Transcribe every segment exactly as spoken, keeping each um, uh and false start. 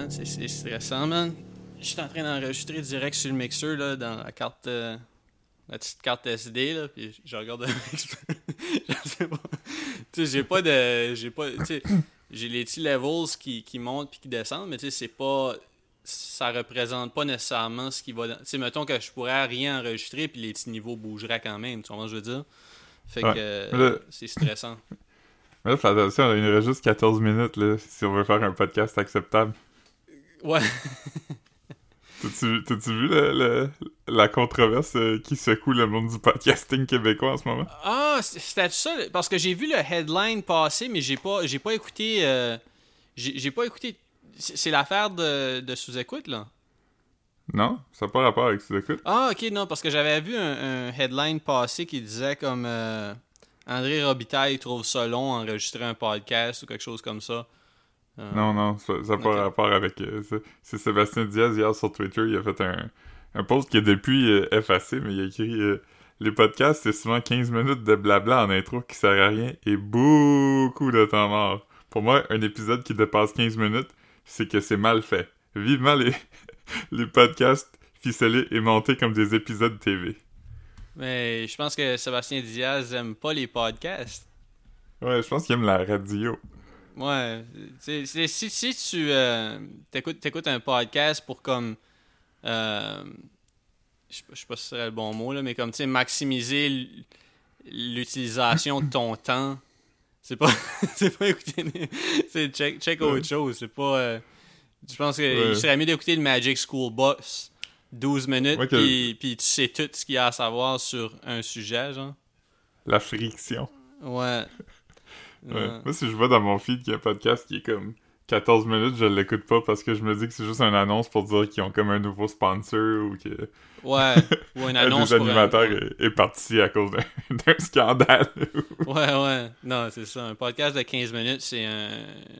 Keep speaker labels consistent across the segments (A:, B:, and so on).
A: man. C'est, c'est stressant, man. Je suis en train d'enregistrer direct sur le mixeur, là, dans la carte... Euh, la petite carte S D, là, puis je regarde le mixeur. Je sais pas. Tu sais, j'ai pas de... J'ai pas... Tu sais, j'ai les petits levels qui, qui montent puis qui descendent, mais tu sais, c'est pas... Ça représente pas nécessairement ce qui va... Tu sais, mettons que je pourrais rien enregistrer puis les petits niveaux bougeraient quand même, tu vois ce que je veux dire? Fait
B: ouais.
A: que euh,
B: là,
A: c'est stressant.
B: Mais là, fais attention, il nous reste juste quatorze minutes, là, si on veut faire un podcast acceptable.
A: Ouais.
B: T'as-tu, t'as-tu vu le, le, la controverse euh, qui secoue le monde du podcasting québécois en ce moment?
A: Ah, c'était ça, parce que j'ai vu le headline passer, mais j'ai pas j'ai pas écouté... Euh, j'ai, j'ai pas écouté... C'est, c'est l'affaire de, de sous-écoute, là?
B: Non? Ça n'a pas rapport avec ce écoutes?
A: Ah, ok, non, parce que j'avais vu un, un headline passer qui disait comme euh, André Robitaille trouve ça long enregistrer un podcast ou quelque chose comme ça. Euh,
B: Non, non, ça n'a pas
A: ok.
B: rapport avec euh, ça. C'est Sébastien Diaz, hier, sur Twitter, il a fait un, un post qui est depuis euh, effacé, mais il a écrit euh, les podcasts, c'est souvent quinze minutes de blabla en intro qui sert à rien et beaucoup de temps mort. Pour moi, un épisode qui dépasse quinze minutes, c'est que c'est mal fait. Vivement les, les podcasts ficelés et montés comme des épisodes T V.
A: Mais je pense que Sébastien Diaz aime pas les podcasts.
B: Ouais, je pense qu'il aime la radio.
A: Ouais, c'est, c'est, si, si tu euh, t'écoutes, t'écoutes un podcast pour comme... Euh, je sais pas si c'est le bon mot, là, mais comme, tu sais, maximiser l'utilisation de ton temps. C'est pas, c'est pas écouter... C'est check, check autre chose, c'est pas... Euh, je pense qu'il
B: Ouais.
A: serait mieux d'écouter le Magic School Bus douze minutes,
B: Ouais, que-
A: puis, puis tu sais tout ce qu'il y a à savoir sur un sujet, genre.
B: La friction.
A: Ouais.
B: Ouais.
A: Ouais.
B: Moi, si je vois dans mon feed qu'il y a un podcast qui est comme quatorze minutes, je l'écoute pas parce que je me dis que c'est juste une annonce pour dire qu'ils ont comme un nouveau sponsor ou que
A: Ouais. Ou une
B: un
A: annonce
B: des
A: pour un...
B: animateurs est, est parti à cause d'un, d'un scandale.
A: Ouais, ouais. Non, c'est ça. Un podcast de quinze minutes, c'est un,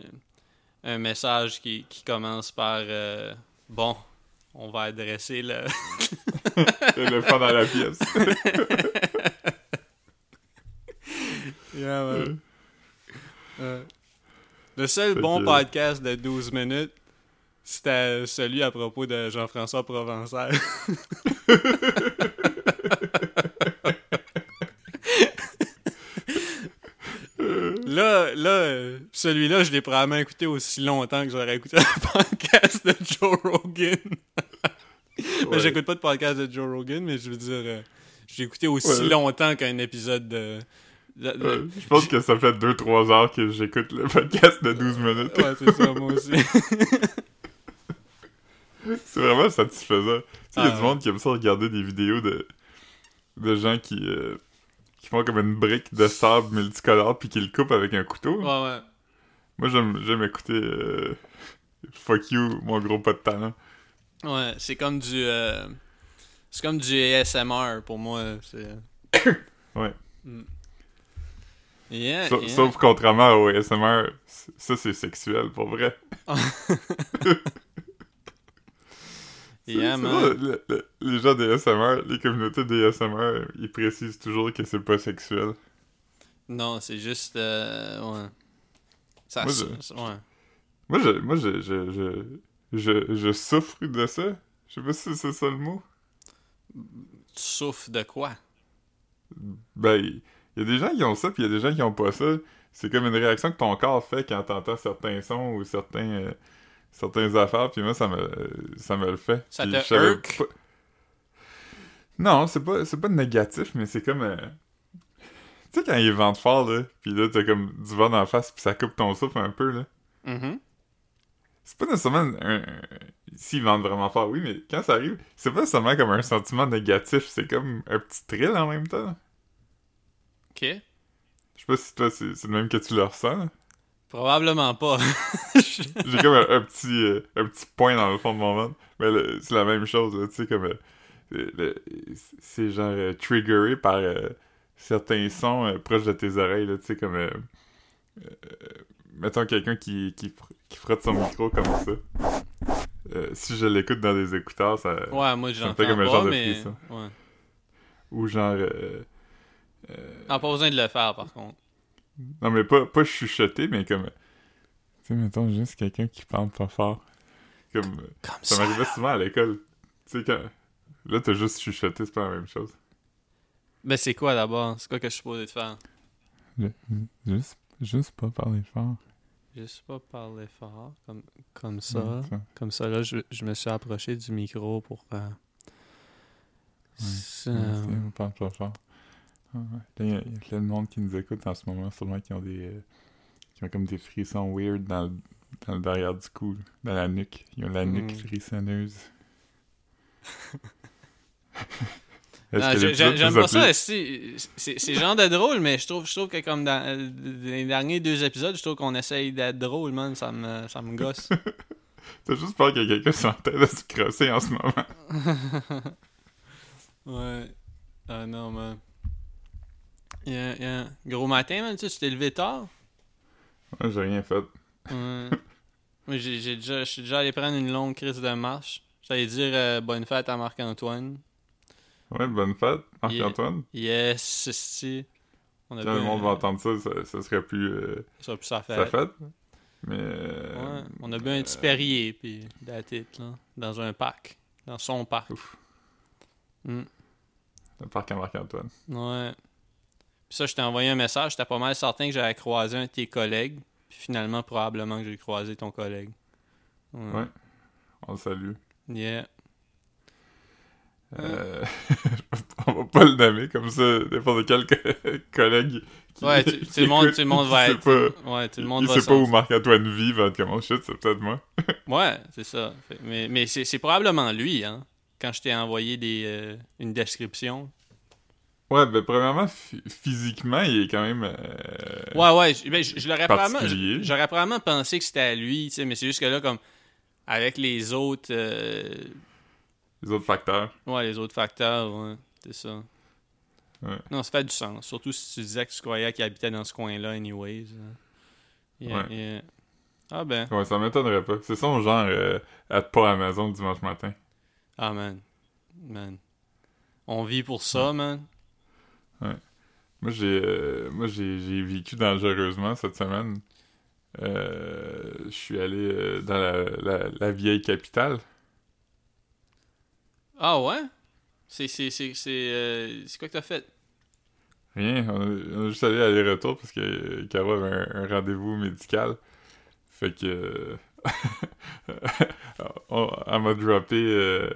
A: un message qui, qui commence par euh, bon, on va adresser le.
B: Le fun dans la pièce.
A: Yeah, man. Ouais. Le seul
B: Fait
A: bon
B: que-
A: podcast de douze minutes, c'était celui à propos de Jean-François Provençal. Là, là, euh, celui-là, je l'ai probablement écouté aussi longtemps que j'aurais écouté le podcast de Joe Rogan.
B: Ouais.
A: Ben, j'écoute pas de podcast de Joe Rogan, mais je veux dire, euh, j'ai écouté aussi
B: Ouais.
A: longtemps qu'un épisode de... de- de-
B: Ouais, je pense que ça fait deux trois heures que j'écoute le podcast de douze minutes.
A: Ouais, c'est ça, moi aussi.
B: C'est vraiment satisfaisant. Tu sais, il y a
A: Ah,
B: du
A: ouais.
B: monde qui aime ça regarder des vidéos de, de gens qui, euh, qui font comme une brique de sable multicolore puis qui le coupent avec un couteau.
A: Ouais, ouais.
B: Moi, j'aime, j'aime écouter euh, Fuck You, mon gros pas de talent.
A: Ouais, c'est comme du... euh, c'est comme du A S M R pour moi. C'est...
B: Ouais.
A: Mm. Yeah,
B: Sa-
A: yeah.
B: Sauf contrairement au A S M R, c- ça c'est sexuel pour vrai. C'est-
A: Yeah,
B: c'est
A: man.
B: drôle, le- le- les gens des A S M R, les communautés des A S M R, ils précisent toujours que c'est pas sexuel.
A: Non, c'est juste... euh, ouais. Ça...
B: Moi,
A: s-
B: je-
A: Ouais.
B: Moi, je, moi, je, je, je, je, je souffre de ça. Je sais pas si c'est ça le mot.
A: Tu souffres de quoi?
B: Ben, il y a des gens qui ont ça, puis il y a des gens qui ont pas ça. C'est comme une réaction que ton corps fait quand t'entends certains sons ou certains, euh, certaines affaires, puis moi, ça me, ça me le fait.
A: Ça
B: Puis
A: te
B: je savais
A: irk?
B: pas- Non, c'est pas, c'est pas négatif, mais c'est comme... euh, Tu sais, quand il vente fort, là, puis là, t'as comme du vent dans la face, puis ça coupe ton souffle un peu, là.
A: Mhm.
B: C'est pas nécessairement un... un- S'ils vendent vraiment fort, oui, mais quand ça arrive, c'est pas nécessairement comme un sentiment négatif, c'est comme un petit thrill en même temps.
A: OK.
B: Je sais pas si toi, c'est c'est le même que tu le ressens.
A: Probablement pas.
B: J'ai comme un, un petit euh, un petit point dans le fond de mon ventre. Mais le- c'est la même chose, là, tu sais, comme... euh, le- le- c'est genre euh, triggeré par euh, certains sons euh, proches de tes oreilles, là, tu sais, comme... euh, euh, mettons quelqu'un qui, qui, fr- qui frotte son micro comme ça. Euh, si je l'écoute dans des écouteurs, ça...
A: Ouais, moi,
B: Ça me
A: j'entends
B: fait comme un
A: pas,
B: genre de
A: mais...
B: frisson.
A: Ouais.
B: Ou genre... euh, euh,
A: Ah, pas besoin de le faire, par contre.
B: non, mais pas, pas chuchoter, mais comme... Tu sais, mettons juste quelqu'un qui parle pas fort. comme...
A: Comme
B: Ça
A: ça.
B: m'arrivait souvent à l'école. Tu sais, quand... Là, t'as juste chuchoté, c'est pas la même chose.
A: Ben, c'est quoi d'abord? C'est quoi que je suis supposé de faire?
B: Je- Juste, juste pas parler fort.
A: Juste pas parler fort, comme, comme ça.
B: Ouais, ça.
A: Comme ça, là, je, je me suis approché du micro pour... Euh, c'est-
B: Ouais, c'est- on parle pas fort. Ah, ouais. Là, il y, a- il y a plein de monde qui nous écoute en ce moment, sûrement qui ont des... euh, qui ont comme des frissons weird dans le, dans le derrière du cou, là, dans la nuque. Ils ont la nuque
A: Mm.
B: frissonneuse.
A: Non,
B: Est-ce que
A: j'ai-
B: l'épisode
A: j'aime
B: nous a
A: pas ça,
B: plu?
A: esti. c'est c'est genre de drôle, mais je trouve, je trouve que comme dans, euh, dans les derniers deux épisodes, je trouve qu'on essaye d'être drôle, man, ça me, ça me gosse.
B: T'as juste peur qu'il y ait quelqu'un sur la tête de se crosser en ce moment.
A: Ouais. Ah non, man. Yeah, yeah. Gros matin, man, tu sais, tu t'es levé tard?
B: Moi, j'ai rien fait.
A: Ouais. Moi, j'ai j'ai déjà, je suis déjà allé prendre une longue crise de marche. J'allais dire euh, bonne fête à Marc-Antoine.
B: Ouais, bonne fête, Marc-Antoine.
A: Yes, esti. On a
B: Quand le
A: bu
B: monde
A: un-
B: va entendre ça, ça, ça serait plus euh,
A: Ça va plus sa
B: sa
A: fête.
B: fête. Mais... euh,
A: Ouais, on a bu un petit Perrier, puis that's it, là. Dans un parc. Dans son parc.
B: Ouf.
A: Mm.
B: Le parc à Marc-Antoine.
A: Ouais. Puis ça, je t'ai envoyé un message. J'étais pas mal certain que j'avais croisé un de tes collègues. Puis finalement, probablement que j'ai croisé ton collègue. Ouais.
B: Ouais. On le salue.
A: Yeah.
B: Euh... on va pas le nommer comme ça, n'importe quel co- collègue qui,
A: Ouais, tu-
B: qui
A: tout le monde,
B: écoute,
A: tout le monde
B: il
A: va
B: sait
A: être.
B: pas,
A: Ouais, tout le monde
B: il
A: va
B: sait pas où
A: sentir.
B: Marc-Antoine vit, va être comme oh shit, c'est peut-être moi.
A: Ouais, c'est ça. Fait- Mais, mais c'est c'est probablement lui, hein. Quand je t'ai envoyé des, euh, une description.
B: Ouais, ben premièrement, phy- physiquement, il est quand même... euh,
A: Ouais, ouais. Je, ben, je, je l'aurais probablement.
B: particulier.
A: J'aurais probablement pensé que c'était à lui, tu sais. Mais c'est juste que là, comme. Avec les autres. euh,
B: Les autres facteurs.
A: Ouais, les autres facteurs, ouais. C'est ça.
B: Ouais.
A: Non, ça fait du sens. Surtout si tu disais que tu croyais qu'il habitait dans ce coin-là, anyways. Yeah,
B: Ouais.
A: yeah. Ah ben.
B: Ouais, ça m'étonnerait pas. C'est son genre euh, être pas à la maison le dimanche matin.
A: Ah, man. Man. On vit pour ça, man.
B: Moi, j'ai euh, moi j'ai j'ai vécu dangereusement cette semaine. Euh, je suis allé euh, dans la, la, la vieille capitale.
A: Ah ouais? C'est c'est c'est c'est euh, c'est quoi que t'as fait?
B: Rien, on a, on a juste allé aller-retour parce que euh, Caro avait un, un rendez-vous médical. Fait que... euh, on- elle m'a droppé euh,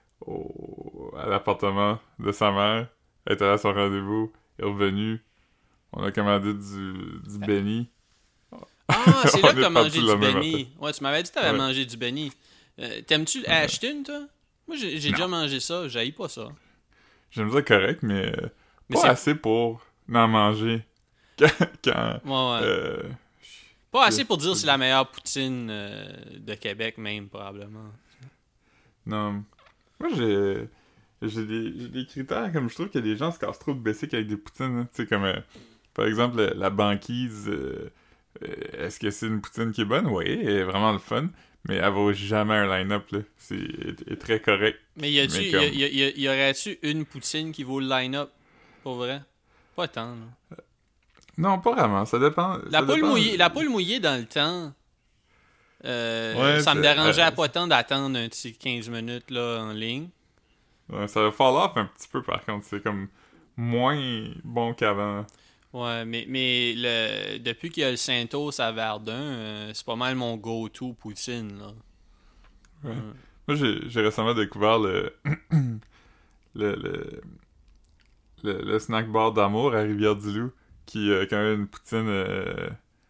B: au, à l'appartement de sa mère. Elle était allée à son rendez-vous, elle est revenue. On a commandé du, du béni.
A: Ah, c'est là
B: On
A: que
B: est
A: t'as
B: parti
A: mangé
B: le
A: du
B: même
A: béni. Ouais, tu m'avais dit que t'avais
B: Ouais.
A: mangé du béni. Euh, T'aimes-tu l'Ashton, toi? Moi, j'ai j'ai
B: Non.
A: déjà mangé ça. J'haïs pas ça.
B: J'aime ça correct, mais, euh,
A: Mais
B: pas
A: c'est-
B: assez pour en manger. Quand... quand,
A: Ouais, ouais.
B: euh,
A: Pas assez pour dire que c'est la meilleure poutine euh, de Québec, même, probablement.
B: non. Moi, j'ai... J'ai des, j'ai des critères, comme je trouve que les gens se cassent trop de basic avec des poutines. hein. Tu sais, comme... euh, par exemple, la, la banquise... euh, euh, est-ce que c'est une poutine qui est bonne? Oui, elle est vraiment le fun. Mais elle vaut jamais un line-up, là. C'est elle est très correct.
A: Mais y a-tu,
B: Mais
A: y,
B: comme-
A: a- y, a- y a- y aurait-tu une poutine qui vaut le line-up? Pour vrai? Pas tant, là.
B: Non, pas vraiment. Ça dépend...
A: La
B: ça
A: poule
B: dépend-
A: mouillée, la poule mouillée dans le temps, euh,
B: Ouais,
A: ça me
B: c'est-
A: dérangeait
B: euh,
A: pas tant d'attendre un petit quinze minutes là, en ligne.
B: Ouais, ça va fall off un petit peu, par contre. C'est comme moins bon qu'avant.
A: Ouais, mais, mais le, depuis qu'il y a le Saintos à Verdun, euh, c'est pas mal mon go-to poutine, là.
B: Ouais.
A: Ouais.
B: Moi, j'ai j'ai récemment découvert le... le, le, le, le snack bar d'amour à Rivière-du-Loup, qui a quand même une poutine euh,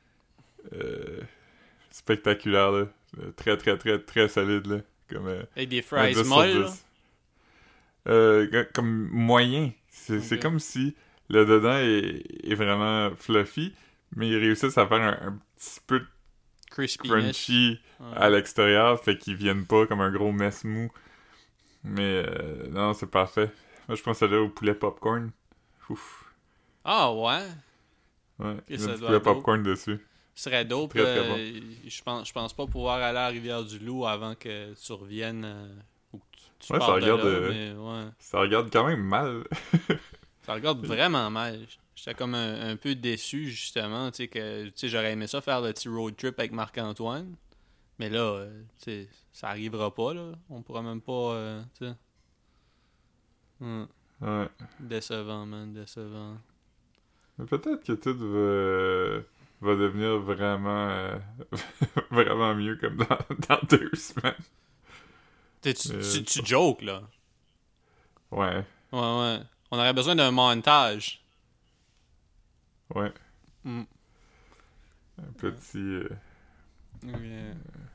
B: euh, spectaculaire, là. Euh, Très, très, très, très solide, là. Comme, euh,
A: Avec des
B: un
A: fries
B: dix sur
A: molles, là.
B: dix. Euh, co- comme moyen. C'est c'est
A: Ok.
B: comme si le dedans est, est vraiment fluffy, mais ils réussissent à faire un, un petit peu
A: Crispiness.
B: crunchy
A: Ouais.
B: à l'extérieur, fait qu'ils viennent pas comme un gros mess mou. Mais euh, non, c'est parfait. Moi, je pense à là au poulet popcorn. Ouf.
A: Ah ouais?
B: Ouais,
A: Et
B: il y
A: ça
B: a du
A: doit
B: poulet
A: être dope.
B: popcorn dessus.
A: Ce serait dope.
B: Très, très
A: euh, Je pense, je pense pas pouvoir aller à Rivière-du-Loup avant que tu reviennes euh, ou que tu, tu
B: Ouais, ça
A: partes de
B: regarde,
A: là,
B: euh,
A: mais ouais.
B: Ça regarde quand même mal.
A: Ça regarde vraiment mal. J'étais comme un, un peu déçu, justement, tu sais, que tu sais, j'aurais aimé ça faire le petit road trip avec Marc-Antoine. Mais là, euh, tu sais, ça arrivera pas, là. On pourra même pas, euh, tu sais. Hum.
B: Ouais.
A: Décevant, man, décevant.
B: Mais peut-être que tout va, va devenir vraiment, euh, vraiment mieux comme dans, dans deux semaines.
A: T'sais, tu,
B: Euh,
A: tu, tu jokes, là.
B: Ouais,
A: Ouais, ouais. On aurait besoin d'un montage.
B: ouais.
A: Mm.
B: Un petit... euh,
A: Yeah.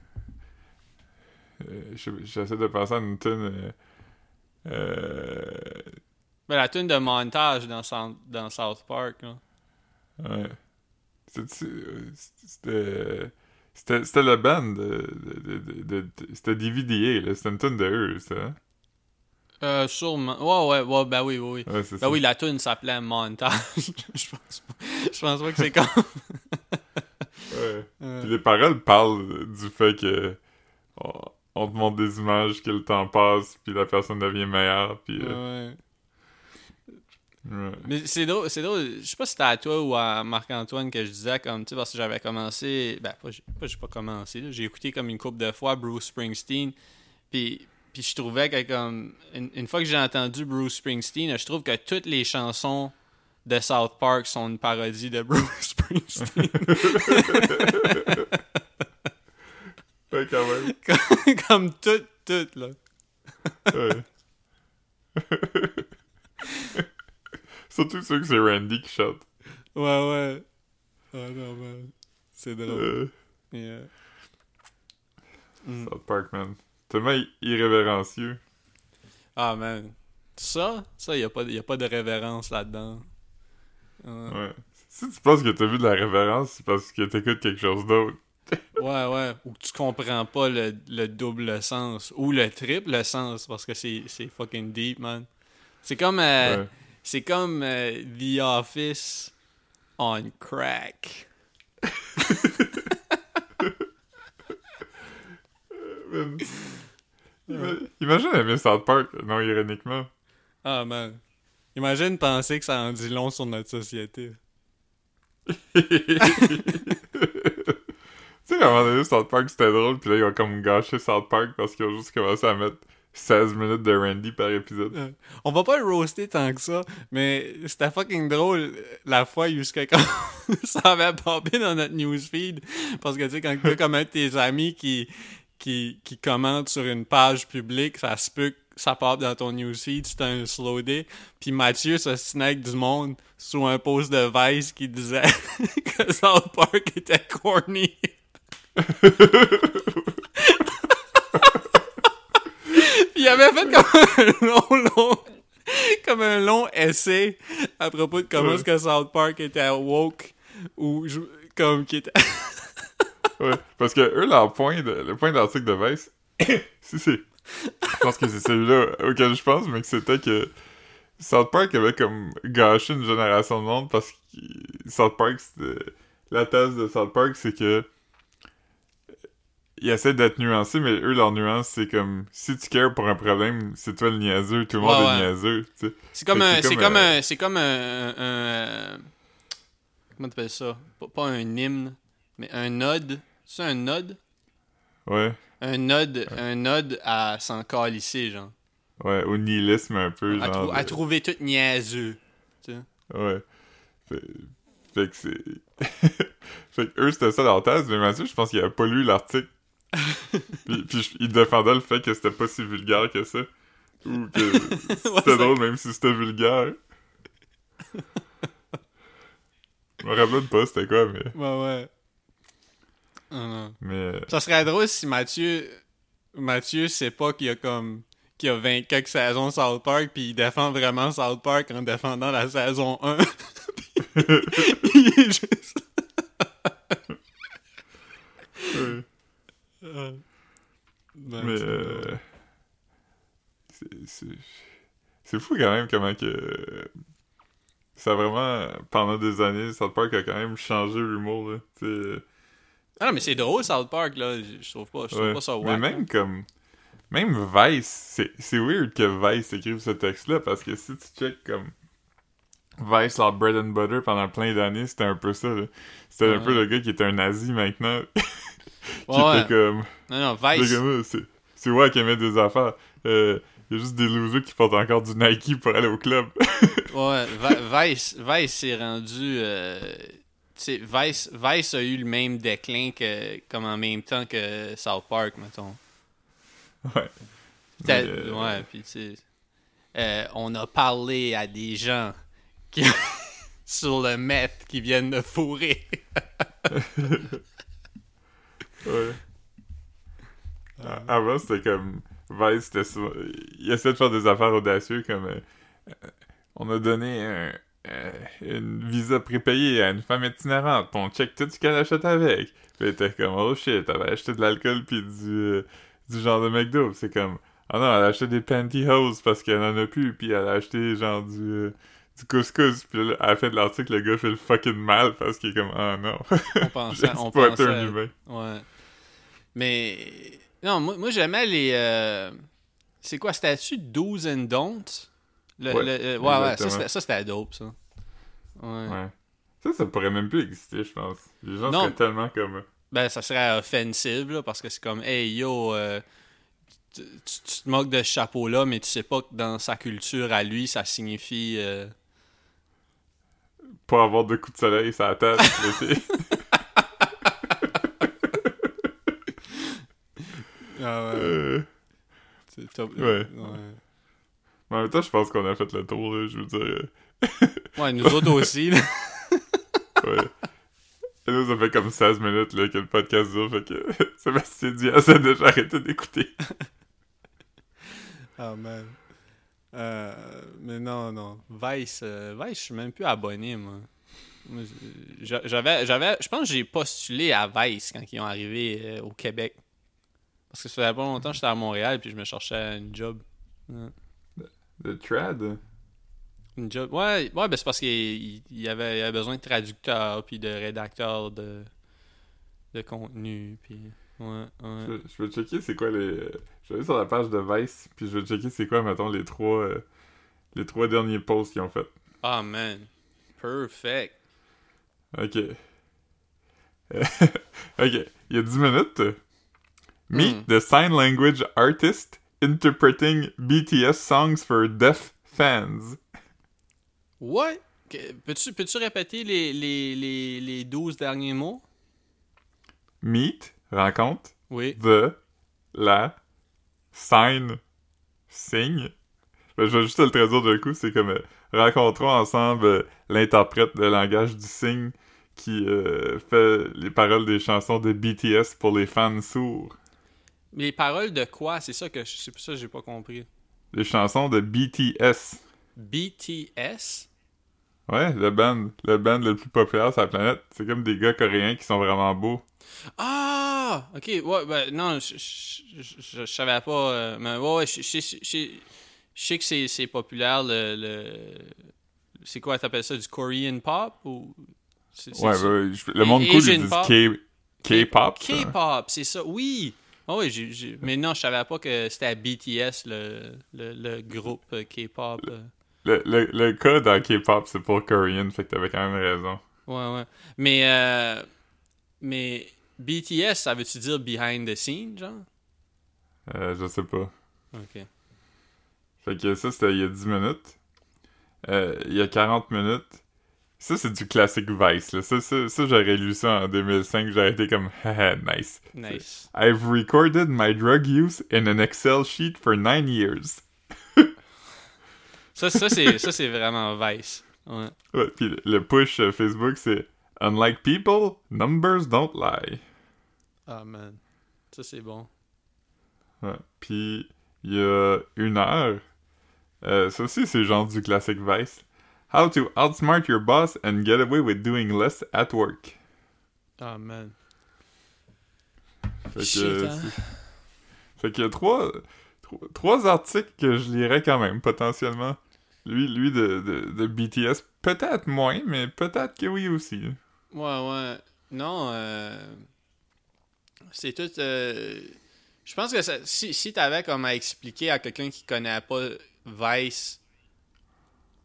B: euh, je- J'essaie de penser à une tune... Euh, euh,
A: Ben, la tune de montage dans, Sou- dans South Park, là.
B: ouais. C'était... euh, C'était... C'était c'était le band de... de, de, de, de- de- c'était D V D A, là. C'était une tune de eux, ça. Hein?
A: Euh, sûrement. Ouais, ouais, ouais, ben oui, oui, oui.
B: Ouais, c'est
A: Ben
B: ça.
A: oui, la tune s'appelait montage. Je pense pas. Je pense pas que c'est comme...
B: Ouais.
A: Euh,
B: Puis les paroles parlent du fait que... On, on te montre des images, que le temps passe, puis la personne devient meilleure, puis... euh,
A: ouais.
B: ouais.
A: Mais c'est drôle, c'est drôle. Je sais pas si c'était à toi ou à Marc-Antoine que je disais, comme, tu sais, parce que j'avais commencé. Ben, pas, j'ai pas, j'ai pas commencé, là. J'ai écouté comme une couple de fois Bruce Springsteen. Puis, puis je trouvais que, comme. Une, une fois que j'ai entendu Bruce Springsteen, je trouve que toutes les chansons de South Park sont une parodie de Bruce Springsteen.
B: Ouais, quand même.
A: comme, comme toutes, toutes, là.
B: Ouais. Surtout ceux que c'est Randy qui chante.
A: Ouais, ouais. Ah non, man. C'est drôle.
B: Euh,
A: Yeah. Mm.
B: South Park, man. Tellement irrévérencieux.
A: Ah, man. Ça, ça, y a pas, y a pas de révérence là-dedans. Ouais.
B: Ouais. Si tu penses que t'as vu de la révérence, c'est parce que t'écoutes quelque chose d'autre.
A: Ouais, ouais. Ou que tu comprends pas le, le double sens. Ou le triple sens, parce que c'est, c'est fucking deep, man. C'est comme... euh,
B: Ouais.
A: c'est comme euh, The Office on crack.
B: Man. Ima- Imagine aimer South Park, non ironiquement.
A: Ah, man. Imagine penser que ça en dit long sur notre société.
B: Tu sais, à un moment donné, South Park c'était drôle, pis là, ils ont comme gâché South Park parce qu'ils ont juste commencé à mettre seize minutes de Randy par épisode.
A: Euh, On va pas le roaster tant que ça, mais c'était fucking drôle la fois jusqu'à quand ça avait popé dans notre newsfeed. Parce que tu sais, quand t'as comme un de tes amis qui, qui, qui commente sur une page publique, ça se peut que ça pop dans ton newsfeed, c'est un slow day. Puis Mathieu s'ostinait avec du monde sous un post de Vice qui disait que South Park était corny. Puis il avait fait comme un long, long, comme un long essai à propos de comment
B: Ouais.
A: est-ce que South Park était woke ou je- comme qui était.
B: Ouais, parce que eux, leur point de, le point d'article de Vice, si c'est... Je pense que c'est celui-là auquel je pense, mais que c'était que South Park avait comme gâché une génération de monde parce que South Park, c'était... La thèse de South Park, c'est que ils essaient d'être nuancés, mais eux, leur nuance, c'est comme si tu cares pour un problème, c'est toi le niaiseux, tout le monde
A: Ouais,
B: est
A: ouais.
B: niaiseux, tu sais.
A: C'est comme
B: Fait que
A: un,
B: c'est
A: c'est
B: comme,
A: comme
B: euh,
A: un, c'est comme un, un, un- comment t'appelles ça? Pas, pas un hymne, mais un node. C'est un node?
B: Ouais,
A: Un node, un node à s'en calisser, genre.
B: ouais, au nihilisme un peu,
A: À,
B: genre...
A: trou- à
B: de-
A: trouver tout niaiseux. Tu sais.
B: Ouais. Fait, fait que c'est... fait que eux, c'était ça leur thèse, mais Mathieu, je pense qu'il avait pas lu l'article. puis puis je- il défendait le fait que c'était pas si vulgaire que ça. Ou que c'était
A: Ouais, ça-
B: drôle même si c'était vulgaire. Je me rappelle pas c'était quoi, mais...
A: Ouais, ouais. Ah, non.
B: mais euh,
A: Ça serait drôle si Mathieu Mathieu sait pas qu'il y a comme qu'il y a vingt quelques saisons South Park puis il défend vraiment South Park en défendant la saison un. Il est juste...
B: ouais.
A: Euh, ben,
B: Mais...
A: c'est
B: euh,
A: drôle.
B: c'est- c'est... C'est fou quand même comment que... Ça a vraiment... Pendant des années, South Park a quand même changé l'humour, là. Tu sais...
A: Ah non, mais c'est drôle South Park là, je trouve pas, je trouve
B: Ouais.
A: pas ça
B: Mais
A: wack.
B: même
A: là.
B: comme... Même Vice, c'est, c'est weird que Vice écrive ce texte-là, parce que si tu check comme... Vice, leur bread and butter, pendant plein d'années, c'était un peu ça, là. C'était un
A: Ouais.
B: peu le gars qui était un nazi maintenant. qui
A: Ouais.
B: était comme...
A: Non, non,
B: C'est
A: Vice.
B: comme, c'est, c'est ouais qui aimait des affaires. Euh, il y a juste des losers qui portent encore du Nike pour aller au club.
A: Ouais, Vi- Vice, Vice s'est rendu. Euh, tu sais, Vice, Vice a eu le même déclin que, comme en même temps que South Park, mettons.
B: Ouais.
A: T'as-
B: Mais, euh,
A: Ouais, puis tu sais. euh, on a parlé à des gens qui, sur le meth qui viennent de fourrer.
B: ouais. Ah, Avant, c'était comme... Vice, c'était souvent... Il essaie de faire des affaires audacieuses comme... euh, euh, on a donné un, euh, une visa prépayée à une femme itinérante, pis on check tout ce qu'elle achète avec. Pis elle était comme, oh shit, elle avait acheté de l'alcool pis du, euh, du genre de McDo. Pis c'est comme, ah non, elle a acheté des pantyhose parce qu'elle en a plus, pis elle a acheté genre du... euh, du couscous, pis là, à la fin de l'article, le gars fait le fucking mal parce qu'il est comme, ah non.
A: On pensait,
B: J'ai
A: on
B: exploité
A: pensait.
B: un humain.
A: Ouais. Mais. Non, moi, moi j'aimais les. euh, C'est quoi, statut douze and Don't? Le,
B: Ouais,
A: le- euh, ouais, ouais, ça
B: exactement.
A: c'était, ça c'était dope, ça. Ouais.
B: Ouais. Ça, ça pourrait même plus exister, je pense. Les gens
A: Non.
B: seraient tellement comme...
A: Ben, ça serait offensive, là, parce que c'est comme, hey yo, euh, tu, tu- tu te moques de ce chapeau-là, mais tu sais pas que dans sa culture à lui, ça signifie. euh,
B: Pas avoir de coups de soleil sur la tête l'été.
A: Ah ouais.
B: Euh,
A: c'est top.
B: Ouais.
A: Ouais.
B: Mais en même temps, je pense qu'on a fait le tour, là, je veux dire. euh,
A: Ouais, nous autres aussi, là.
B: Ouais. Et là, ça fait comme seize minutes là, que le podcast dure, fait que Sébastien Diaz a déjà arrêté d'écouter.
A: Ah, man. Euh, mais non, non. Vice, euh, Vice, je suis même plus abonné, moi. Moi, j'a- J'avais, j'avais, je pense que j'ai postulé à Vice quand ils ont arrivé euh, au Québec. Parce que ça faisait pas longtemps que j'étais à Montréal puis je me cherchais une job. Ouais.
B: Le trad?
A: Une job. Ouais, ouais ben c'est parce qu'il il- il y avait, il y avait besoin de traducteurs puis de rédacteurs de, de contenu. Puis, ouais, ouais.
B: Je, je vais checker c'est quoi les... Je vais aller sur la page de Vice, puis je vais checker c'est quoi, mettons, les trois... euh, les trois derniers posts qu'ils ont fait.
A: Ah, man. Perfect.
B: Ok. Ok. Il y a dix minutes. Meet
A: Hmm.
B: the sign language artist interpreting B T S songs for deaf fans.
A: What? Que- Peux-tu, peux-tu répéter les, les, les, les douze derniers mots?
B: Meet, rencontre,
A: Oui.
B: the, la, sign, signe. Ben, je vais juste te le traduire d'un coup, c'est comme euh, rencontrons ensemble euh, l'interprète de langage du signe qui euh, fait les paroles des chansons de B T S pour les fans sourds.
A: Les paroles de quoi? C'est ça que je c'est pour ça que j'ai pas compris.
B: Les chansons de B T S.
A: B T S?
B: Ouais, le band, le band le plus populaire sur la planète. C'est comme des gars coréens qui sont vraiment beaux.
A: Ah! Ok, ouais, ben non, je, je, je, je- je savais pas. euh, mais ouais, ouais, je, je, je, je- je sais que c'est, c'est populaire, le, le. C'est quoi, t'appelles ça, du Korean pop? Ou. C'est, c'est-
B: Ouais,
A: c'est-
B: ouais, je- le monde cool,
A: Asian
B: ils disent
A: pop.
B: K- K-pop. ça.
A: K-pop, c'est ça, oui! Ah oui, j'ai, j'ai- mais non, je savais pas que c'était à B T S, le, le, le groupe euh, K-pop. euh.
B: Le, le, le cas dans K-pop, c'est pour Korean, fait que t'avais quand même raison.
A: Ouais, ouais. Mais, euh, mais B T S, ça veut-tu dire behind the scene, genre?
B: Euh, je sais pas.
A: Ok.
B: Fait que ça, c'était il y a dix minutes. Euh, il y a quarante minutes. Ça, c'est du classique Vice, là. Ça, ça, ça j'aurais lu ça en deux mille cinq, j'aurais été comme, haha, nice.
A: Nice.
B: I've recorded my drug use in an Excel sheet for nine years.
A: Ça, ça, c'est, ça, c'est vraiment Vice. Ouais.
B: Ouais, puis le- le push euh, Facebook, c'est Unlike people, numbers don't lie.
A: Ah, man. Ça, c'est bon.
B: Ouais. Puis il y a une heure, euh, ça aussi, c'est genre du classique Vice. How to outsmart your boss and get away with doing less at work.
A: Ah, man.
B: Fait que,
A: Shit,
B: euh,
A: hein?
B: c'est- fait qu'il y a trois, trois, trois articles que je lirais quand même, potentiellement. Lui, lui de, de, de B T S, peut-être moins, mais peut-être que oui aussi.
A: Ouais, ouais. Non, euh... c'est tout... euh, Je pense que ça... si, si t'avais comme à expliquer à quelqu'un qui connaît pas Vice...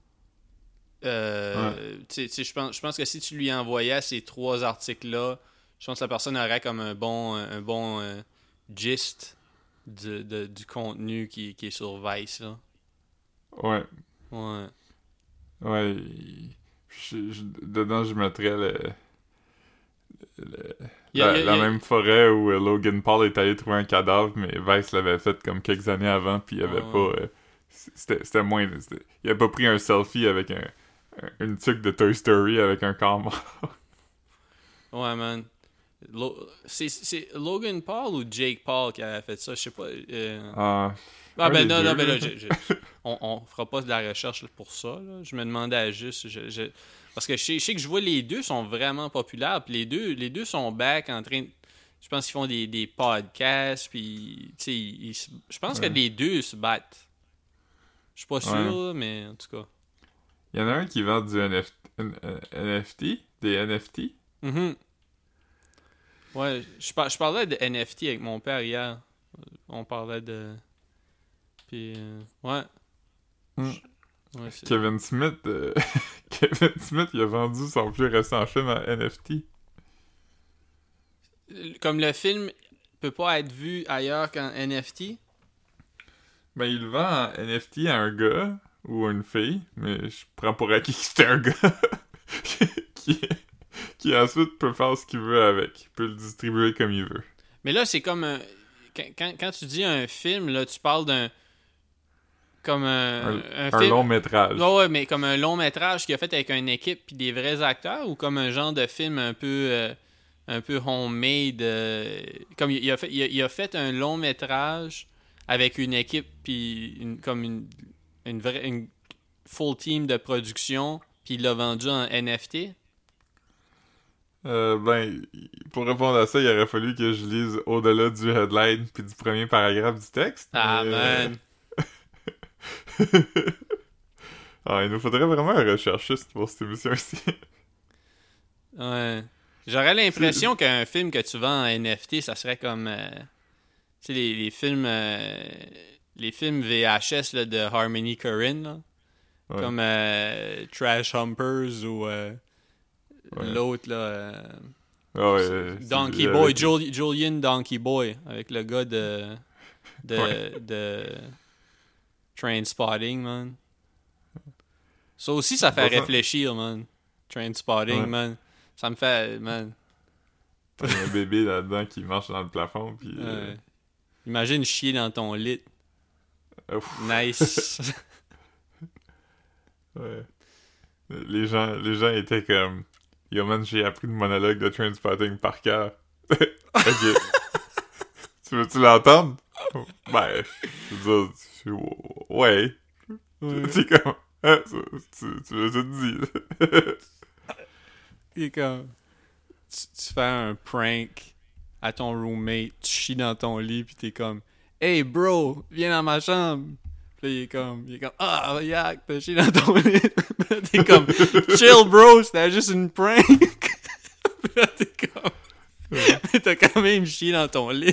A: Euh, tu sais, tu sais, je pense, je pense que si tu lui envoyais ces trois articles-là, Je pense que la personne aurait comme un bon, un bon euh, gist du, de, du contenu qui, qui est sur Vice, là.
B: Ouais.
A: Ouais.
B: Ouais. Je, je, dedans, je mettrais le, le,
A: y a,
B: la,
A: y a,
B: la
A: y a...
B: même forêt où Logan Paul est allé trouver un cadavre, mais Vice l'avait fait comme quelques années avant, puis il avait
A: ouais.
B: pas... Euh, c'était, c'était moins... C'était, il avait pas pris un selfie avec un, un une tuque de Toy Story avec un corps mort.
A: Ouais, man. Lo- c'est, c'est Logan Paul ou Jake Paul qui a fait ça, je sais pas. Euh...
B: Ah,
A: ah ben
B: non,
A: non, non, ben là, je, je, on, on fera pas de la recherche pour ça, là. Je me demandais à juste... Je, je... Parce que je sais, je sais que je vois les deux sont vraiment populaires, puis les deux, les deux sont back en train de... Je pense qu'ils font des, des podcasts, puis... Tu sais, ils, ils, je pense ouais. que les deux se battent. Je suis pas sûr, ouais. là, mais en tout cas.
B: Il y en a un qui vend du N F T, N F T des N F T.
A: Mm-hmm. Ouais, je, par, je parlais de N F T avec mon père hier. On parlait de... Puis, euh, ouais.
B: Mm. Je... ouais Kevin Smith, euh... Kevin Smith, il a vendu son plus récent film en N F T.
A: Comme le film peut pas être vu ailleurs qu'en N F T?
B: Ben, il le vend en N F T à un gars ou une fille, mais je prends pour acquis que c'était un gars qui... qui ensuite peut faire ce qu'il veut avec. Il peut le distribuer comme il veut.
A: Mais là, c'est comme un... Quand, quand, quand tu dis un film, là, tu parles d'un... Comme un...
B: Un,
A: un,
B: un
A: film...
B: long métrage.
A: Ouais, ouais, mais comme un long métrage qu'il a fait avec une équipe puis des vrais acteurs, ou comme un genre de film un peu... Euh, un peu homemade. Euh, comme il a, fait, il, a, il a fait un long métrage avec une équipe puis une, comme une, une vraie... Une full team de production, puis il l'a vendu en N F T.
B: Euh, ben, pour répondre à ça, il aurait fallu que je lise au-delà du headline puis du premier paragraphe du texte.
A: Ah,
B: mais...
A: man!
B: ah, il nous faudrait vraiment un recherchiste pour cette émission-ci.
A: Ouais. J'aurais l'impression c'est... qu'un film que tu vends en N F T, ça serait comme... Euh, tu sais, les, les films... Euh, les films V H S là, de Harmony Korine, là. Ouais. Comme euh, Trash Humpers ou... Euh, ouais. L'autre, là... Euh,
B: oh, ouais,
A: Donkey Boy, Jul- Julian Donkey Boy, avec le gars de... De... Ouais. de Trainspotting, man. Ça aussi, ça fait réfléchir, man. Trainspotting, ouais. man. Ça me fait... man.
B: Il y a un bébé là-dedans qui marche dans le plafond, puis...
A: Euh...
B: Euh...
A: Imagine chier dans ton lit.
B: Ouf.
A: Nice.
B: Ouais. Les gens, les gens étaient comme... Yo man, j'ai appris le monologue de Trainspotting par cœur. Ok. Tu veux-tu l'entendre? Ben, je veux dire, tu... ouais. ouais. C'est comme... Hein, tu, tu l'as tout dit.
A: Il est comme... Tu, tu fais un prank à ton roommate, tu chies dans ton lit, pis t'es comme... Hey bro, viens dans ma chambre. Puis là, il est comme... Il est comme... Ah, oh, yak, t'as chié dans ton lit. T'es comme... Chill bro, c'était juste une prank. Puis là, t'es comme... Ouais. T'as quand même chié dans ton lit.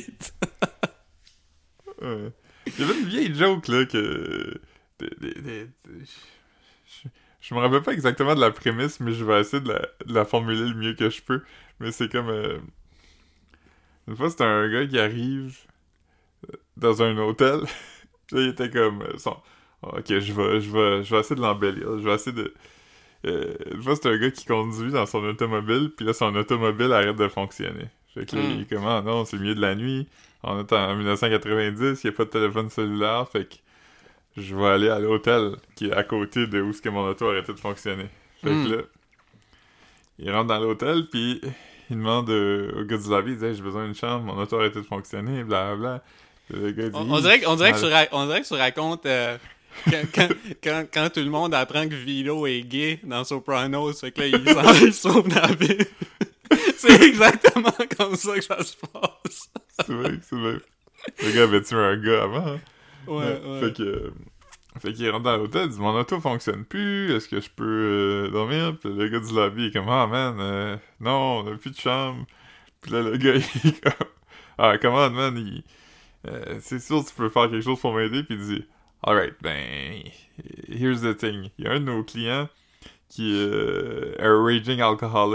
B: Ouais. Il y avait une vieille joke, là, que... De, de, de, de... Je, je me rappelle pas exactement de la prémisse, mais je vais essayer de la, de la formuler le mieux que je peux. Mais c'est comme... Euh... Une fois, c'était un gars qui arrive dans un hôtel. Puis là, il était comme... Son... Ok, je vais, je vais, je vais essayer de l'embellir. Je vais essayer de... Euh... Une fois, c'est un gars qui conduit dans son automobile, puis là, son automobile arrête de fonctionner. Fait que là, mm. il est comme, ah non, c'est le milieu de la nuit. On est en dix-neuf cent quatre-vingt-dix, il n'y a pas de téléphone cellulaire, fait que je vais aller à l'hôtel qui est à côté de où ce que mon auto a arrêté de fonctionner. Fait mm. que là, il rentre dans l'hôtel, puis il demande euh, au gars du lobby, il dit hey, j'ai besoin d'une chambre, mon auto a arrêté de fonctionner, blablabla. Le gars dit,
A: on, on, dirait, on, dirait que tu ra- on dirait que tu racontes euh, quand, quand, quand, quand tout le monde apprend que Vito est gay dans Sopranos, fait que là, il, s'en, il se sauve dans la ville. C'est exactement comme ça que ça se passe.
B: C'est vrai, c'est vrai. Le gars avait tué un gars avant. Hein?
A: Ouais, ouais.
B: Fait que... Euh, fait qu'il rentre dans l'hôtel, il dit « Mon auto fonctionne plus, est-ce que je peux euh, dormir? » Puis le gars du lobby est comme « Ah, man, euh, non, on a plus de chambre. » Puis là, le gars, il est comme « Ah, comment, man, il... Euh, c'est sûr tu peux faire quelque chose pour m'aider? » Puis il dit « Alright, ben, here's the thing. Il y a un de nos clients qui est euh, un raging alcoholic.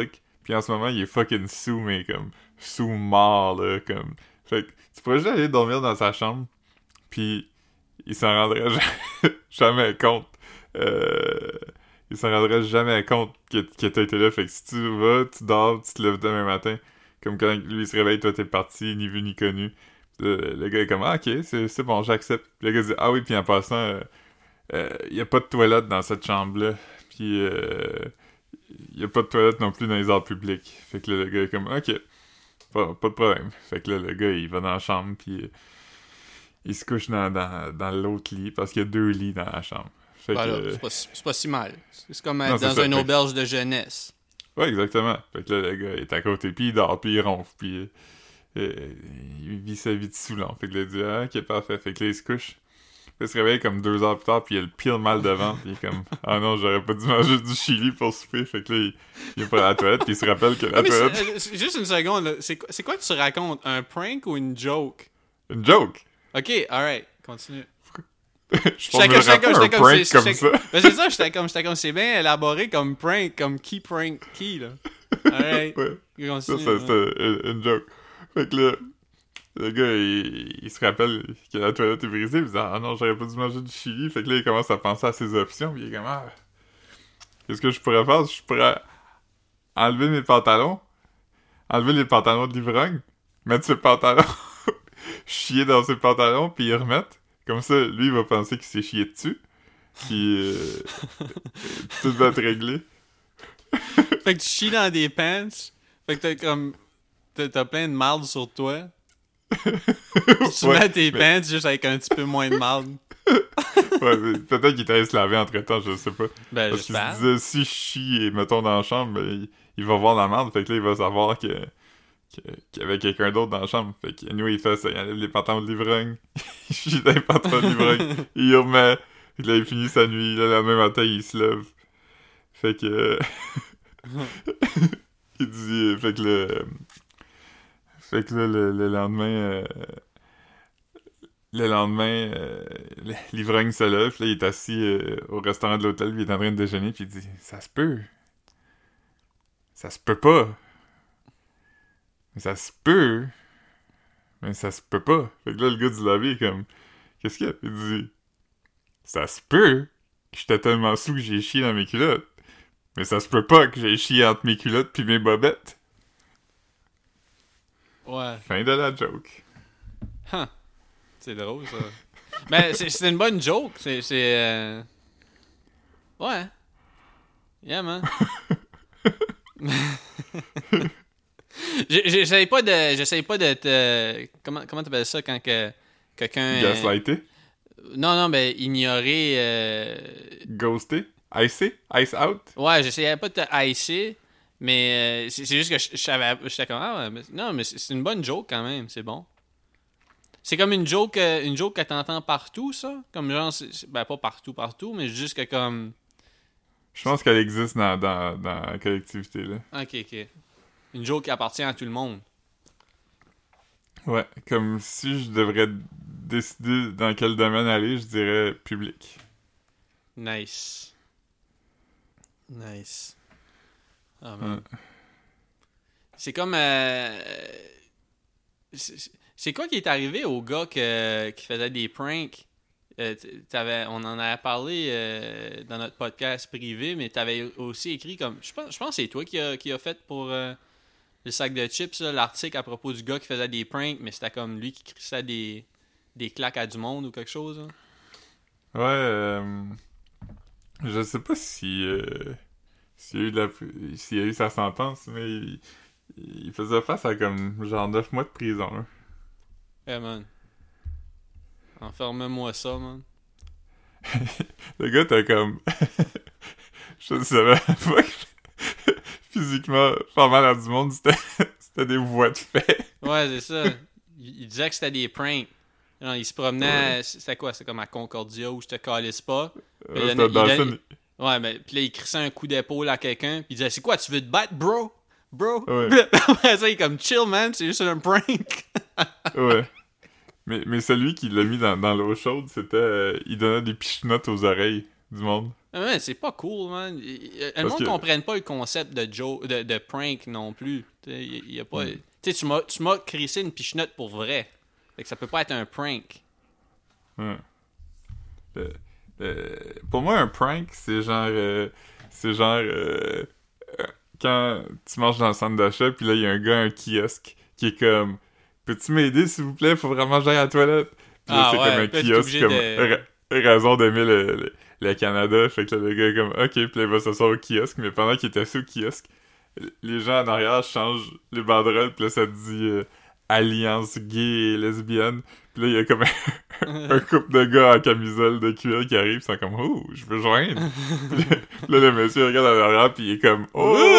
B: Puis en ce moment, il est fucking sous, mais comme sous mort, là, comme... Fait que tu pourrais juste aller dormir dans sa chambre, puis il s'en rendrait jamais compte. Euh... Il s'en rendrait jamais compte que, que t'as été là. Fait que si tu vas, tu dors, tu te lèves demain matin, comme quand lui il se réveille, toi t'es parti, ni vu ni connu. Le, le gars est comme, ah ok, c'est, c'est bon, j'accepte. Puis le gars dit, ah oui, puis en passant, il euh, euh, y a pas de toilette dans cette chambre-là. Puis il euh, y a pas de toilette non plus dans les arts publics. Fait que là, le gars est comme, ok, pas, pas de problème. Fait que là, le gars, il va dans la chambre, puis il se couche dans, dans, dans l'autre lit, parce qu'il y a deux lits dans la chambre. Fait
A: ben
B: que,
A: là, c'est, pas, c'est pas si mal. C'est comme
B: non,
A: être dans
B: c'est
A: une
B: ça,
A: auberge de jeunesse.
B: Ouais, exactement. Fait que là, le gars est à côté, puis il dort, puis il ronfle, puis euh, il vit sa vie de saoulant. Fait que là, il dit, ah, ok, parfait. Fait que là, il se couche. Puis il se réveille comme deux heures plus tard, puis il a le pire mal de ventre. Il est comme, ah non, j'aurais pas dû manger du chili pour souper. Fait que là, il, il est pas à la toilette, puis il se rappelle que la
A: Ah, mais
B: toilette...
A: c'est, c'est, juste une seconde, là. C'est, c'est quoi que tu racontes? Un prank ou une joke?
B: Une joke!
A: Ok, alright, continue.
B: Je formulerais pas un prank comme ça.
A: Ben c'est ça, j'étais comme, j'étais comme, c'est bien élaboré comme prank, comme key prank key, là. Alright.
B: Ouais.
A: Continue,
B: ça, ça, c'était une, une joke. Fait que là, le gars, il, il se rappelle que la toilette est brisée, puis il dit, ah non, j'aurais pas dû manger du chili. Fait que là, il commence à penser à ses options, puis il est comme, ah, qu'est-ce que je pourrais faire? Je pourrais enlever mes pantalons, enlever les pantalons de l'ivrogne, mettre ses pantalons, chier dans ses pantalons, puis y remettre. Comme ça, lui, il va penser qu'il s'est chié dessus. Puis, euh, tout va être réglé.
A: Fait que tu chies dans des pants. Fait que t'as comme... T'as, t'as plein de marde sur toi. Tu
B: ouais,
A: mets tes
B: mais...
A: pants juste avec un petit peu moins de marde.
B: ouais, mais peut-être qu'il t'allait se laver entre-temps, je sais pas.
A: Ben,
B: Parce qu'il
A: j'espère.
B: se disait, si je chie et mettons dans la chambre, ben, il, il va voir la marde. Fait que là, il va savoir que... qu'il y avait quelqu'un d'autre dans la chambre. Fait que nous, il fait ça, il enlève les pantalons de l'ivrogne, il chie dans les pantalons de l'ivrogne, il remet, puis là, il finit sa nuit, là, le même matin, il se lève. Fait que... il dit... Fait que le... Fait que là, le, le lendemain... Euh... Le lendemain, euh... l'ivrogne se lève, là, il est assis euh, au restaurant de l'hôtel, puis il est en train de déjeuner, puis il dit « Ça se peut. Ça se peut pas. » Mais ça se peut. Mais ça se peut pas. Fait que là, le gars du lobby est comme... Qu'est-ce qu'il y a? Il dit... Ça se peut que j'étais tellement sous que j'ai chié dans mes culottes. Mais ça se peut pas que j'ai chié entre mes culottes pis mes bobettes.
A: Ouais.
B: Fin de la joke.
A: Huh. C'est drôle, ça. Ben, c'est, c'est une bonne joke. C'est... c'est euh... Ouais. Yeah, man. J'essaye pas de. J'essaye pas de te. Comment comment t'appelles ça quand que quelqu'un.
B: Gaslighté?
A: Euh, non, non, ben ignorer. Euh...
B: Ghosté? Icé? Ice out?
A: Ouais, j'essayais pas de te icer, mais euh, c'est, c'est juste que je, je savais. J'étais comme. Ah ouais, mais, non, mais c'est, c'est une bonne joke quand même, c'est bon. C'est comme une joke, euh, une joke que t'entends partout, ça? Comme genre. C'est, c'est, ben pas partout, partout, mais juste que comme.
B: Je pense qu'elle existe dans, dans, dans la collectivité, là.
A: Ok, ok. Une joke qui appartient à tout le monde.
B: Ouais, comme si je devrais décider dans quel domaine aller, je dirais public.
A: Nice. Nice. Ah, man.
B: Ouais.
A: C'est comme... Euh, c'est, c'est quoi qui est arrivé au gars que, qui faisait des pranks? Euh, t'avais, on en avait parlé euh, dans notre podcast privé, mais t'avais aussi écrit comme... Je pense, je pense que c'est toi qui a, qui a fait pour... Euh, le sac de chips, là, l'article à propos du gars qui faisait des pranks, mais c'était comme lui qui crissait des, des claques à du monde ou quelque chose. Là.
B: Ouais, euh, je sais pas si euh, s'il y a eu de la, s'il y a eu sa sentence, mais il, il faisait face à comme genre neuf mois de prison. Hein.
A: Eh hey man. Enferme-moi ça, man.
B: Le gars t'as comme je savais pas que physiquement, faire mal à du monde, c'était, c'était des voies de fait.
A: Ouais, c'est ça. Il, il disait que c'était des pranks. Non, il se promenait, ouais. C'était quoi? C'était comme à Concordia où je te calisse pas.
B: Euh, c'était dans
A: il, il, ouais, mais puis là, il crissait un coup d'épaule à quelqu'un, puis il disait, c'est quoi, tu veux te battre, bro? Bro? Ouais. Après ça, il est comme, chill, man, c'est juste un prank.
B: Ouais. Mais, mais celui qui l'a mis dans, dans l'eau chaude, c'était... Euh, il donnait des pichenottes aux oreilles du monde.
A: Ouais, c'est pas cool, man. Le
B: Parce
A: monde
B: que...
A: ne comprenne pas le concept de, Joe, de, de prank non plus. Il y a pas...
B: Mm.
A: Tu sais, tu m'as, tu m'as crissé une pichenote pour vrai. Fait que ça peut pas être un prank.
B: Ouais. Le- le- Pour moi, un prank, c'est genre... euh, C'est genre... euh, euh, Quand tu marches dans le centre d'achat, puis là, il y a un gars à un kiosque qui est comme... Peux-tu m'aider, s'il vous plaît? Faut vraiment que j'aille à la toilette. Puis là,
A: Ah
B: c'est
A: ouais,
B: comme un
A: puis là, t'es
B: kiosque,
A: obligé
B: comme...
A: de...
B: ra- raison d'aimer le, le, le Canada. Fait que là, le gars est comme... OK, puis là, il va s'asseoir au kiosque. Mais pendant qu'il est assis au kiosque, les gens en arrière changent les banderoles, puis là, ça te dit... euh, Alliance gay et lesbienne. Puis là, il y a comme un, un couple de gars en camisole de cuir qui arrivent, ils sont comme « Oh, je veux joindre! » Puis là, là, le monsieur regarde en arrière, puis il est comme « Oh! »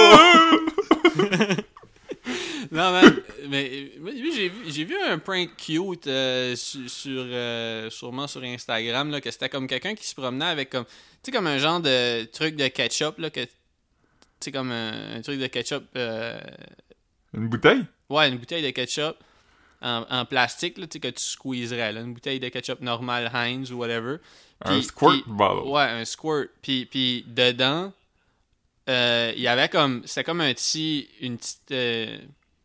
A: Non, man, mais oui, j'ai vu, j'ai vu un prank cute euh, sur, sur euh, sûrement sur Instagram, là, que c'était comme quelqu'un qui se promenait avec comme, tu sais, comme un genre de truc de ketchup, là, que, tu sais, comme un, un truc de ketchup, euh,
B: Une bouteille?
A: ouais, une bouteille de ketchup en, en plastique, là, tu sais, que tu squeezerais, là, une bouteille de ketchup normal Heinz ou whatever.
B: Un
A: Puis-
B: squirt
A: puis-
B: bottle.
A: Ouais, un squirt. Puis, puis dedans, euh, il y avait comme, c'était comme un petit, une petite... euh,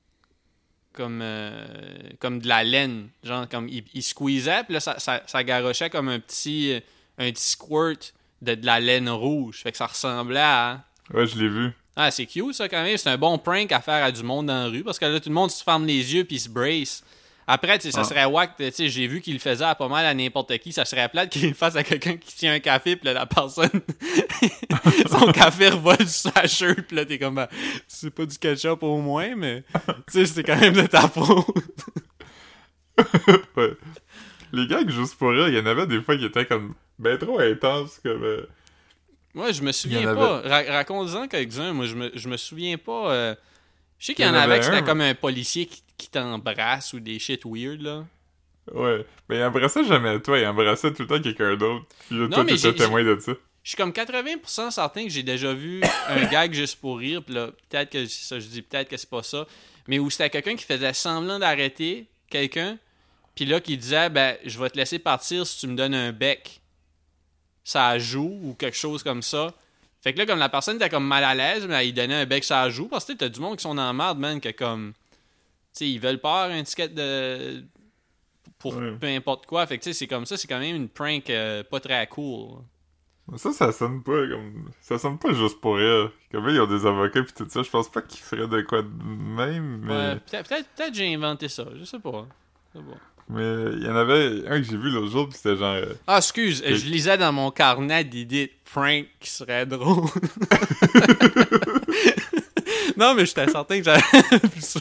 A: comme euh, comme de la laine, genre comme il, il squeezait, puis là ça, ça, ça garochait comme un petit euh, un petit squirt de, de la laine rouge, fait que ça ressemblait à...
B: Ouais, je l'ai vu.
A: Ah, c'est cute ça quand même, c'est un bon prank à faire à du monde dans la rue, parce que là tout le monde se ferme les yeux puis se brace. Après, tu sais, ça
B: Ah.
A: serait wack, tu sais, j'ai vu qu'il le faisait à pas mal à n'importe qui, ça serait plate qu'il le fasse à quelqu'un qui tient un café, puis là, la personne, son café revole sur sa shirt, puis là, t'es comme, ben, c'est pas du ketchup au moins, mais, tu sais, c'est quand même de ta faute.
B: Ouais. Les gags, juste pour rire, il y en avait des fois qui étaient comme ben trop intenses, comme... euh,
A: Moi, je me souviens
B: Il y en
A: pas. Ra- Raconte-en quelques-uns. Moi, je me, je me souviens pas. euh, Je sais qu'il y
B: Il y
A: en
B: en
A: avait
B: avait
A: que c'était
B: un,
A: comme un policier qui, qui t'embrasse ou des shit weird, là.
B: Ouais. Ben, il embrassait jamais toi, il embrassait tout le temps quelqu'un d'autre. Puis là,
A: Non,
B: toi,
A: mais
B: t'étais
A: j'ai-
B: témoin de ça.
A: Je suis comme quatre-vingts pour cent certain que j'ai déjà vu un gag juste pour rire. Puis là, peut-être que c'est ça, je dis peut-être que c'est pas ça. Mais où c'était quelqu'un qui faisait semblant d'arrêter quelqu'un. Puis là, qui disait, ben, je vais te laisser partir si tu me donnes un bec. Ça joue ou quelque chose comme ça. Fait que là, comme la personne était comme mal à l'aise, mais il donnait un bec ça joue. Parce que t'as du monde qui sont dans la merde, man, que comme. Tu sais, ils veulent pas avoir un ticket de. Pour
B: Ouais.
A: peu importe quoi. Fait que tu sais, c'est comme ça, c'est quand même une prank euh, pas très cool.
B: Ça, ça sonne pas comme... Ça sonne pas juste pour rire. Comme là, ils ont des avocats pis tout ça, je pense pas qu'ils feraient de quoi de même, mais...
A: Ouais, peut-être peut-être peut-être j'ai inventé ça, je sais pas. Je sais pas.
B: Mais il y en avait un que j'ai vu l'autre jour pis c'était genre... euh,
A: Ah, excuse, je lisais dans mon carnet d'idées de prank qui serait drôle. Non, mais j'étais certain que j'avais vu ça.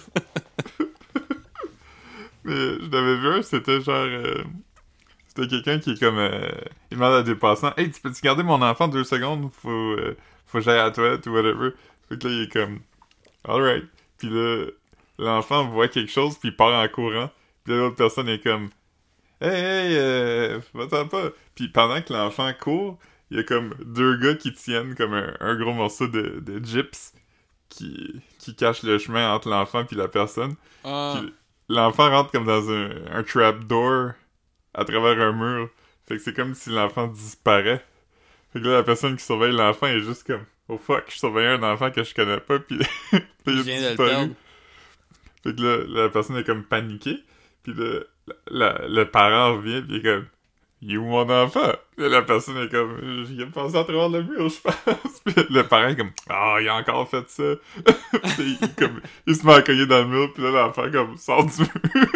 B: Mais je l'avais vu un, c'était genre... euh, C'était quelqu'un qui est comme... euh, Il demande à des passants « Hey, tu peux-tu garder mon enfant deux secondes? Faut, euh, faut que j'aille à la toilette ou whatever. » Fait que là, il est comme « Alright. » Puis là, l'enfant voit quelque chose puis il part en courant. Puis là, l'autre personne est comme « Hey, hey, euh, va-t'en pas. » Puis pendant que l'enfant court, il y a comme deux gars qui tiennent comme un, un gros morceau de, de gyps qui, qui cache le chemin entre l'enfant puis la personne.
A: Ah,
B: Puis l'enfant rentre comme dans un, un trapdoor à travers un mur. Fait que c'est comme si l'enfant disparaît. Fait que là, la personne qui surveille l'enfant est juste comme « Oh fuck, je surveillais un enfant que je connais pas, puis puis il
A: je
B: a
A: viens de le
B: disparu.
A: perdre. »
B: Fait que là, la personne est comme paniquée. Puis le, la- le parent revient, puis il est comme « Il est où mon enfant? » Puis là, la personne est comme « J'y ai pensé à travers le mur, je pense. » Puis le parent est comme « Ah, il a encore fait ça. » Puis il, comme, il se met à cogner dans le mur, puis là, l'enfant comme sort du mur.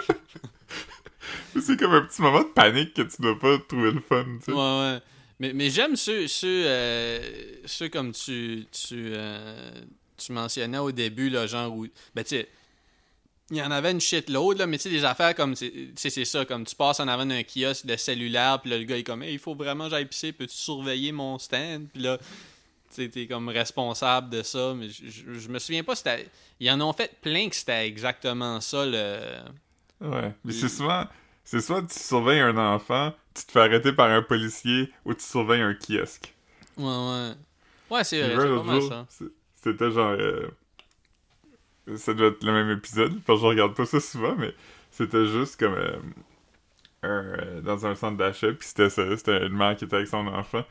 B: C'est comme un petit moment de panique que tu dois pas trouver le fun, tu sais.
A: Ouais, ouais. Mais, mais j'aime ceux, ceux, euh, ceux comme tu, tu, euh, tu mentionnais au début, là, genre où. Ben, tu sais, il y en avait une shitload, là, mais tu sais, des affaires comme. Tu sais, c'est ça, comme tu passes en avant d'un kiosque de cellulaire, puis là, le gars est comme, hey, il faut vraiment que j'aille pisser, peux-tu surveiller mon stand? Puis là, tu sais, t'es comme responsable de ça, mais je, je, je me souviens pas, c'était. Ils en ont fait plein que c'était exactement ça, le.
B: Ouais. Mais
A: Il-
B: c'est souvent... C'est soit tu surveilles un enfant, tu te fais arrêter par un policier, ou tu surveilles un kiosque.
A: Ouais, ouais. Ouais, c'est
B: Puis
A: vrai,
B: là,
A: c'est pas
B: l'autre
A: mal
B: jour,
A: ça.
B: c'est- c'était genre... euh, Ça doit être le même épisode, parce que je regarde pas ça souvent, mais c'était juste comme... euh, un, euh, dans un centre d'achat, puis c'était ça, c'était une mère qui était avec son enfant.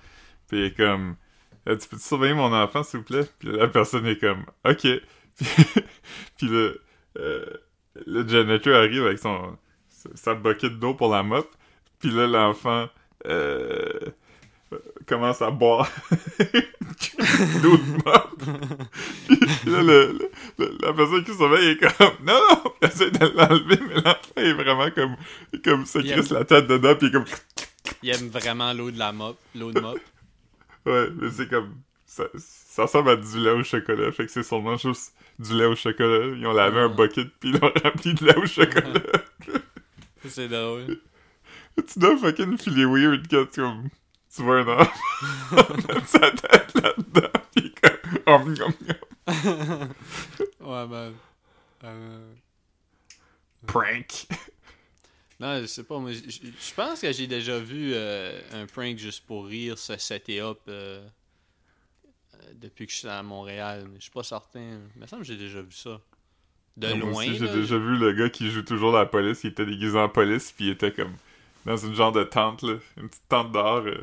B: Puis il est comme, euh, tu peux-tu surveiller mon enfant, s'il vous plaît? Puis la personne est comme, ok. Puis, puis le, euh, le janitor arrive avec son sa bucket d'eau pour la mop. Puis là, l'enfant euh, commence à boire l'eau de mop. Puis là, le, le, la personne qui surveille est comme, non, non, essaie de l'enlever, mais l'enfant est vraiment comme, comme se crisse la tête dedans, puis comme...
A: Il aime vraiment l'eau de la mop, l'eau de mop.
B: Ouais, mais c'est comme... Ça, ça ressemble à du lait au chocolat, fait que c'est sûrement juste du lait au chocolat. Ils ont lavé un bucket, puis ils l'ont rempli de lait au chocolat.
A: C'est drôle.
B: Tu dois fucking filer weird quand tu, comme, tu vois un enfant mettre sa tête là-dedans, pis comme... Om, om, om.
A: Ouais, man. Euh...
B: Prank.
A: Non, je sais pas, moi, je je pense que j'ai déjà vu euh, un prank juste pour rire se setter up euh, euh, depuis que je suis à Montréal. Mais je suis pas certain. Il me semble que j'ai déjà vu ça. De
B: Moi
A: loin,
B: aussi,
A: là.
B: j'ai déjà vu le gars qui joue toujours la police, il était déguisé en police, pis il était comme dans une genre de tente, là. Une petite tente dehors. Euh...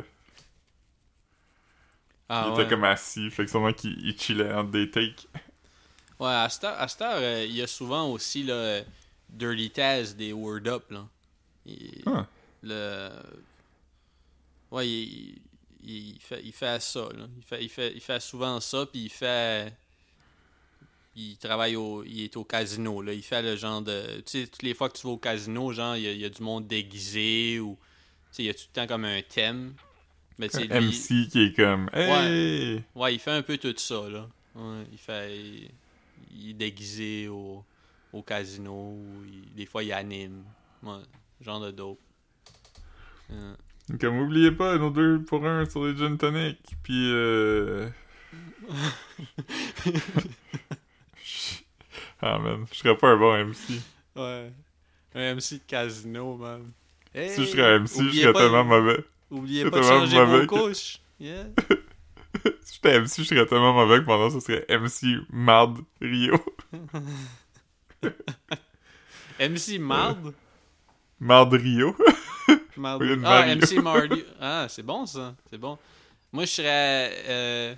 A: Ah,
B: il
A: ouais.
B: était comme assis, fait que sûrement qu'il il chillait entre des takes.
A: Ouais, à cette heure, à cette heure, euh, il y a souvent aussi, là, euh, Dirty Taz des Word Up, là. Il,
B: Ah.
A: Le... Ouais, il, il, fait, il fait ça, là. Il fait, il fait, il fait souvent ça, puis il fait... Il travaille au... Il est au casino, là. Il fait le genre de... Tu sais, toutes les fois que tu vas au casino, genre, il y a, il y a du monde déguisé, ou... Tu sais, il y a tout le temps comme un thème. Mais tu sais,
B: Un
A: lui...
B: M C qui est comme hey!
A: Ouais, ouais, il fait un peu tout ça, là. Ouais, il fait... Il, il est déguisé au, au casino, ou il- des fois, il anime. Ouais, genre de dope. Yeah.
B: Comme, oubliez pas, nos deux pour un sur les gin tonic. Puis, euh... ah, man. Je serais pas un bon M C.
A: Ouais. Un M C de casino, man. Hey,
B: Si je serais un M C, je
A: oubliez
B: serais
A: pas-
B: tellement mauvais.
A: Oubliez
B: c'est
A: pas de
B: tellement
A: changer
B: mauvais
A: vos
B: que-
A: couches. Yeah.
B: Si j'étais M C, je serais tellement mauvais que pendant ce serait M C Marde Rio.
A: M C Marde?
B: Marde Rio.
A: Marde.
B: Au lieu de
A: Ah,
B: Mario.
A: M C Mardi. Ah, c'est bon, ça. C'est bon. Moi, je serais... Euh,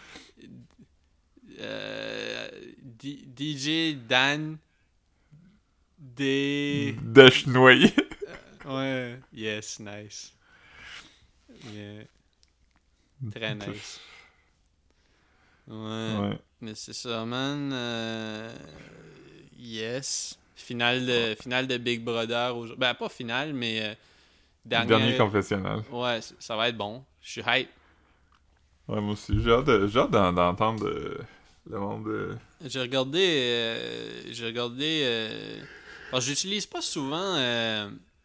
A: euh, D- DJ Dan des...
B: Deshnoy.
A: Ouais. Yes, nice. Yeah. Très nice. Ouais.
B: Ouais.
A: Mais c'est ça, man. Euh, Yes. Finale de, finale de Big Brother aujourd'hui. Ben, pas finale, mais... euh, dernière-
B: Dernier confessionnal.
A: Ouais, c- ça va être bon. Je suis hype.
B: Ouais, moi aussi. J'ai hâte, de- j'ai hâte d'en- d'entendre euh, le monde. euh,
A: J'ai regardé... euh, J'ai regardé... euh, parce que j'utilise pas souvent... Euh,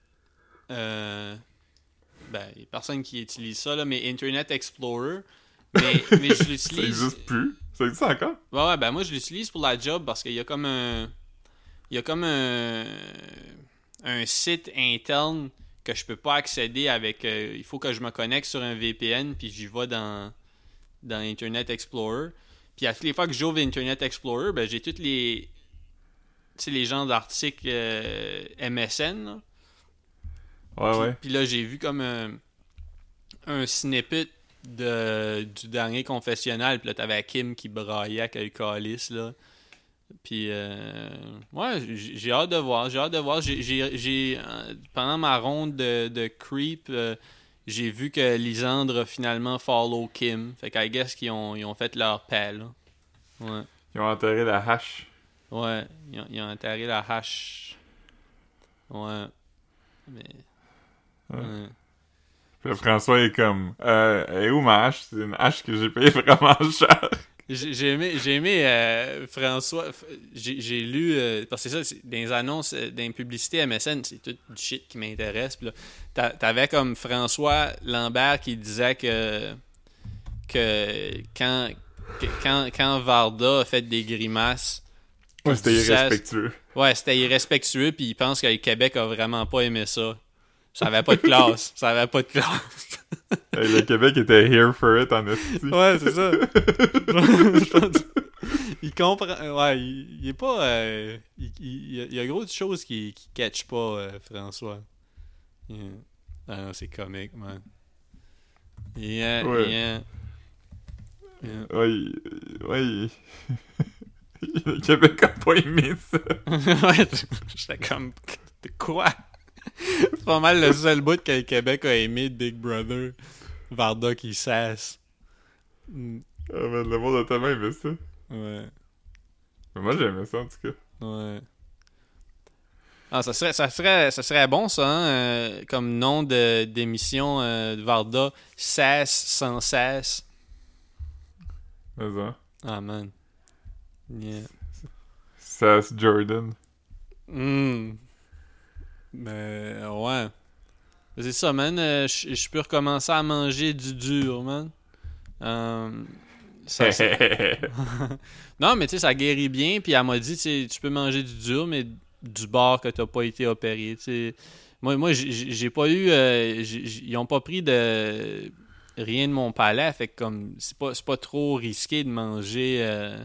A: euh, ben, il y a personne qui utilise ça, là, mais Internet Explorer. Mais, mais je
B: Ça
A: l'utilise...
B: existe plus. Ça existe encore?
A: Ouais, ouais, ben moi je l'utilise pour la job parce qu'il y a comme un. Il y a comme un. Un site interne que je peux pas accéder avec. euh, il faut que je me connecte sur un V P N puis j'y vais dans. Dans Internet Explorer. Puis à toutes les fois que j'ouvre Internet Explorer, ben j'ai toutes les. Tu sais, les genres d'articles euh, M S N. Là.
B: Ouais,
A: Puis,
B: ouais.
A: puis là, j'ai vu comme un, un snippet de, du dernier confessionnal. Puis là, t'avais Kim qui braillait avec le calice, là. Puis, euh, ouais, j'ai j'ai hâte de voir. J'ai hâte de voir. J'ai, j'ai, j'ai, euh, pendant ma ronde de, de creep, euh, j'ai vu que Lisandre a finalement follow Kim. Fait qu'I guess qu'ils ont, ils ont fait leur paix, là. Ouais.
B: Ils ont enterré la hache.
A: Ouais, ils ont, ils ont enterré la hache. Ouais. Mais...
B: Ouais.
A: ouais.
B: Puis là, François est comme euh, elle est où ma hache? C'est une hache que j'ai payée vraiment cher.
A: J'ai j'ai aimé, j'ai aimé euh, François. f- J'ai j'ai lu. euh, parce que c'est ça, c'est- dans les annonces, euh, dans les publicités M S N, c'est tout du shit qui m'intéresse. Puis là, t'a- t'avais comme François Lambert qui disait que. que quand. que quand, quand Varda a fait des grimaces.
B: Ouais, c'était
A: du sas-
B: irrespectueux.
A: Ouais, c'était irrespectueux, puis il pense que le Québec a vraiment pas aimé ça. Ça avait pas de classe. Ça avait pas de classe.
B: Hey, le Québec était here for it en esti.
A: Ouais, c'est ça. Je pense- il comprend. Ouais, il, il est pas. euh, il, il- il y a, il y a gros de choses qui, qui catch pas, euh, François. Yeah. Ah non, c'est comique, man. Yeah,
B: Ouais.
A: yeah. yeah.
B: Ouais, il- ouais. il- Le Québec a pas aimé ça.
A: ouais, j'étais comme... De quoi? C'est pas mal le seul bout que le Québec a aimé de Big Brother. Varda qui sasse. Mm,
B: Ah, man, le monde a tellement aimé ça.
A: Ouais,
B: Mais moi, j'aimais ça, en tout cas.
A: ouais. Ah, ça serait, ça serait, ça serait bon, ça, hein, euh, comme nom de, d'émission euh, de Varda. Sass sans sass.
B: Mais ça.
A: Ah, man. Yeah.
B: Sass Jordan.
A: Hmm. Ben, ouais. C'est ça, man. Euh, Je je peux recommencer à manger du dur, man. Euh, ça, ça- non, mais tu sais, ça guérit bien. Puis elle m'a dit, tu sais, tu peux manger du dur, mais du bord que t'as pas été opéré. Tu sais. Moi, moi j'ai j'ai pas eu. euh, j'ai- j'ai- ils ont pas pris de rien de mon palais. Fait que comme c'est pas, c'est pas trop risqué de manger. Euh,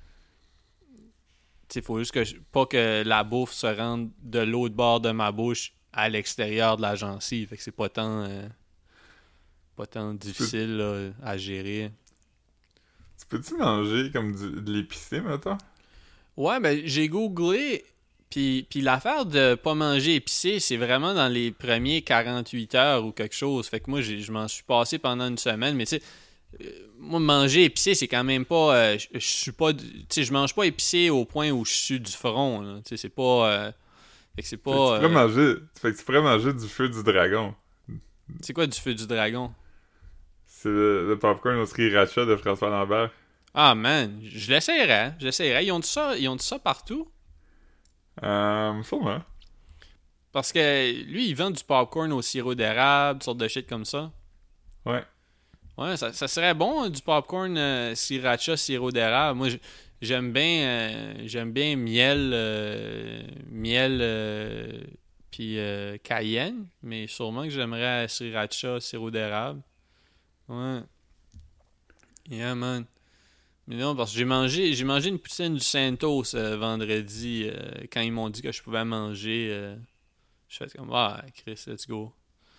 A: tu sais, faut juste que je- pas que la bouffe se rende de l'autre bord de ma bouche à l'extérieur de la gencive. Fait que c'est pas tant. euh, pas tant difficile là, à gérer.
B: Tu peux-tu manger comme du, de l'épicé, mettons?
A: Ouais, ben j'ai googlé, puis, puis l'affaire de pas manger épicé, c'est vraiment dans les premiers quarante-huit heures ou quelque chose. Fait que moi, j'ai- je m'en suis passé pendant une semaine, mais tu sais, euh, moi, manger épicé, c'est quand même pas... euh, je je suis pas... du- Tu sais, je mange pas épicé au point où je suis du front, là. Tu sais, c'est pas... euh, fait que c'est
B: Fait que tu
A: pas...
B: pourrais
A: euh,
B: manger... Fait que tu pourrais manger du feu du dragon.
A: c'est quoi du feu du dragon?
B: C'est le, le popcorn au sriracha de François Lambert.
A: Ah, man, je l'essayerais, je l'essayerais. Ils ont dit ça, ils ont dit ça partout?
B: Euh, sûrement.
A: Parce que lui, il vend du popcorn au sirop d'érable, toutes sortes de shit comme ça.
B: Ouais.
A: Ouais, ça, ça serait bon, hein, du popcorn euh, sriracha, sirop d'érable. Moi, j- j'aime bien euh, j'aime bien miel, euh, miel euh, puis euh, cayenne, mais sûrement que j'aimerais sriracha, sirop d'érable. Ouais. Yeah, man. Mais non, parce que j'ai mangé, j'ai mangé une poutine du Santos euh, vendredi euh, quand ils m'ont dit que je pouvais manger. Euh, je fais comme, ah, Chris, let's go.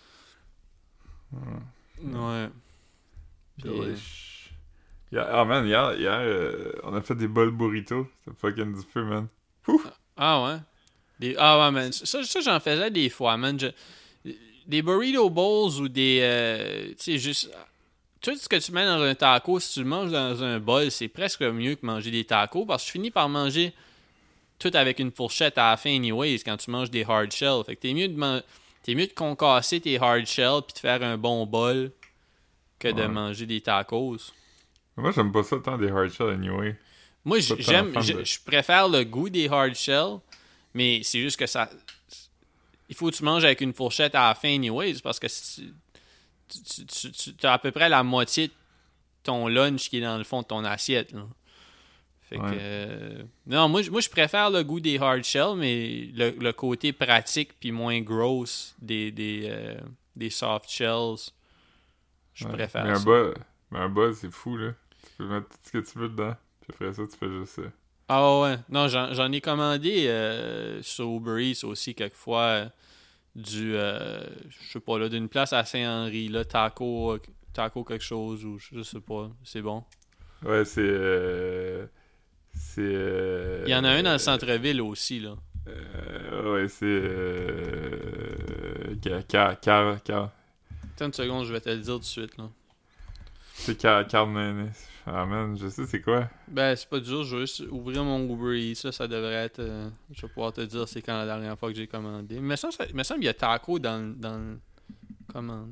A: Ouais. Puis, euh,
B: Delish. Hier- Ah, man, hier, hier euh, on a fait des bols burritos. C'était fucking du feu, man.
A: ah ouais. Des, ah ouais, man. Ça, ça j'en faisais des fois, man. Je- des burrito bowls ou des. euh, tu sais, juste. Tout ce que tu mets dans un taco, si tu le manges dans un bol, c'est presque mieux que manger des tacos parce que tu finis par manger tout avec une fourchette à la fin, anyways, quand tu manges des hard shells. Fait que t'es mieux de, man- t'es mieux de concasser tes hard shells puis de faire un bon bol que de
B: Ouais.
A: manger des tacos.
B: Moi, j'aime pas ça tant des hard shells anyway.
A: Moi,
B: Pas
A: j-
B: tant
A: j'aime,
B: fan
A: je
B: de-
A: je préfère le goût des hard shells, mais c'est juste que ça. Il faut que tu manges avec une fourchette à la fin, anyways, parce que si tu, tu, tu, tu as à peu près la moitié de ton lunch qui est dans le fond de ton assiette. Là. Fait
B: Ouais.
A: que. euh, non, moi, j- moi, je préfère le goût des hard shells, mais le, le côté pratique puis moins gross des, des, euh, des soft shells, je
B: Ouais.
A: préfère
B: Mais un
A: ça.
B: bol, mais un bol, c'est fou, là. Tu peux mettre tout ce que tu veux dedans. Puis après ça, tu fais juste ça.
A: Ah ouais, non, j'en, j'en ai commandé euh, sur Uber Eats aussi quelquefois euh, du, euh, je sais pas, là, d'une place à Saint-Henri, là, taco, euh, taco quelque chose, ou je sais pas, c'est bon.
B: Ouais, c'est... euh, C'est... euh,
A: Il y en a un dans le centre-ville aussi, là.
B: euh, ouais, c'est... Euh... Car... Car... Car... car
A: Attends une seconde, je vais te le dire tout de suite, là.
B: c'est car... Carmen... Ah, man, je sais c'est quoi.
A: Ben, c'est pas dur, je vais juste ouvrir mon Uber Eats, ça, ça devrait être... euh, je vais pouvoir te dire c'est quand la dernière fois que j'ai commandé. Mais ça, il me semble qu'il y a taco dans, le- dans le commande.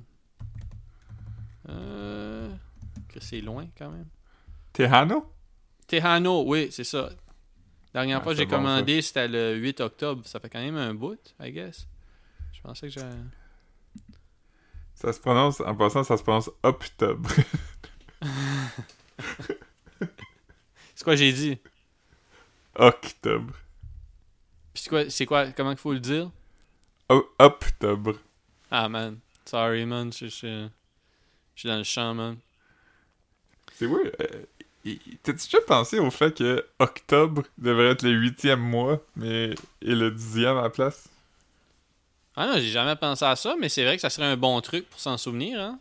A: Euh... Que c'est loin, quand même.
B: Tejano?
A: Tejano, oui, c'est ça. La dernière
B: Ah,
A: fois que
B: c'est
A: j'ai
B: bon,
A: commandé, c'était le huit octobre. Ça fait quand même un bout, I guess. Je pensais que j'ai...
B: Ça se prononce... En passant, ça se prononce octobre.
A: C'est quoi j'ai dit?
B: Octobre.
A: Puis c'est quoi, c'est quoi, comment il faut le dire?
B: O- Octobre.
A: Ah, man. Sorry, man. Je je- je suis dans le champ, man.
B: C'est weird. Euh, y- T'as-tu déjà pensé au fait que octobre devrait être le huitième mois, mais est le dixième à la place?
A: Ah non, j'ai jamais pensé à ça, mais c'est vrai que ça serait un bon truc pour s'en souvenir, hein?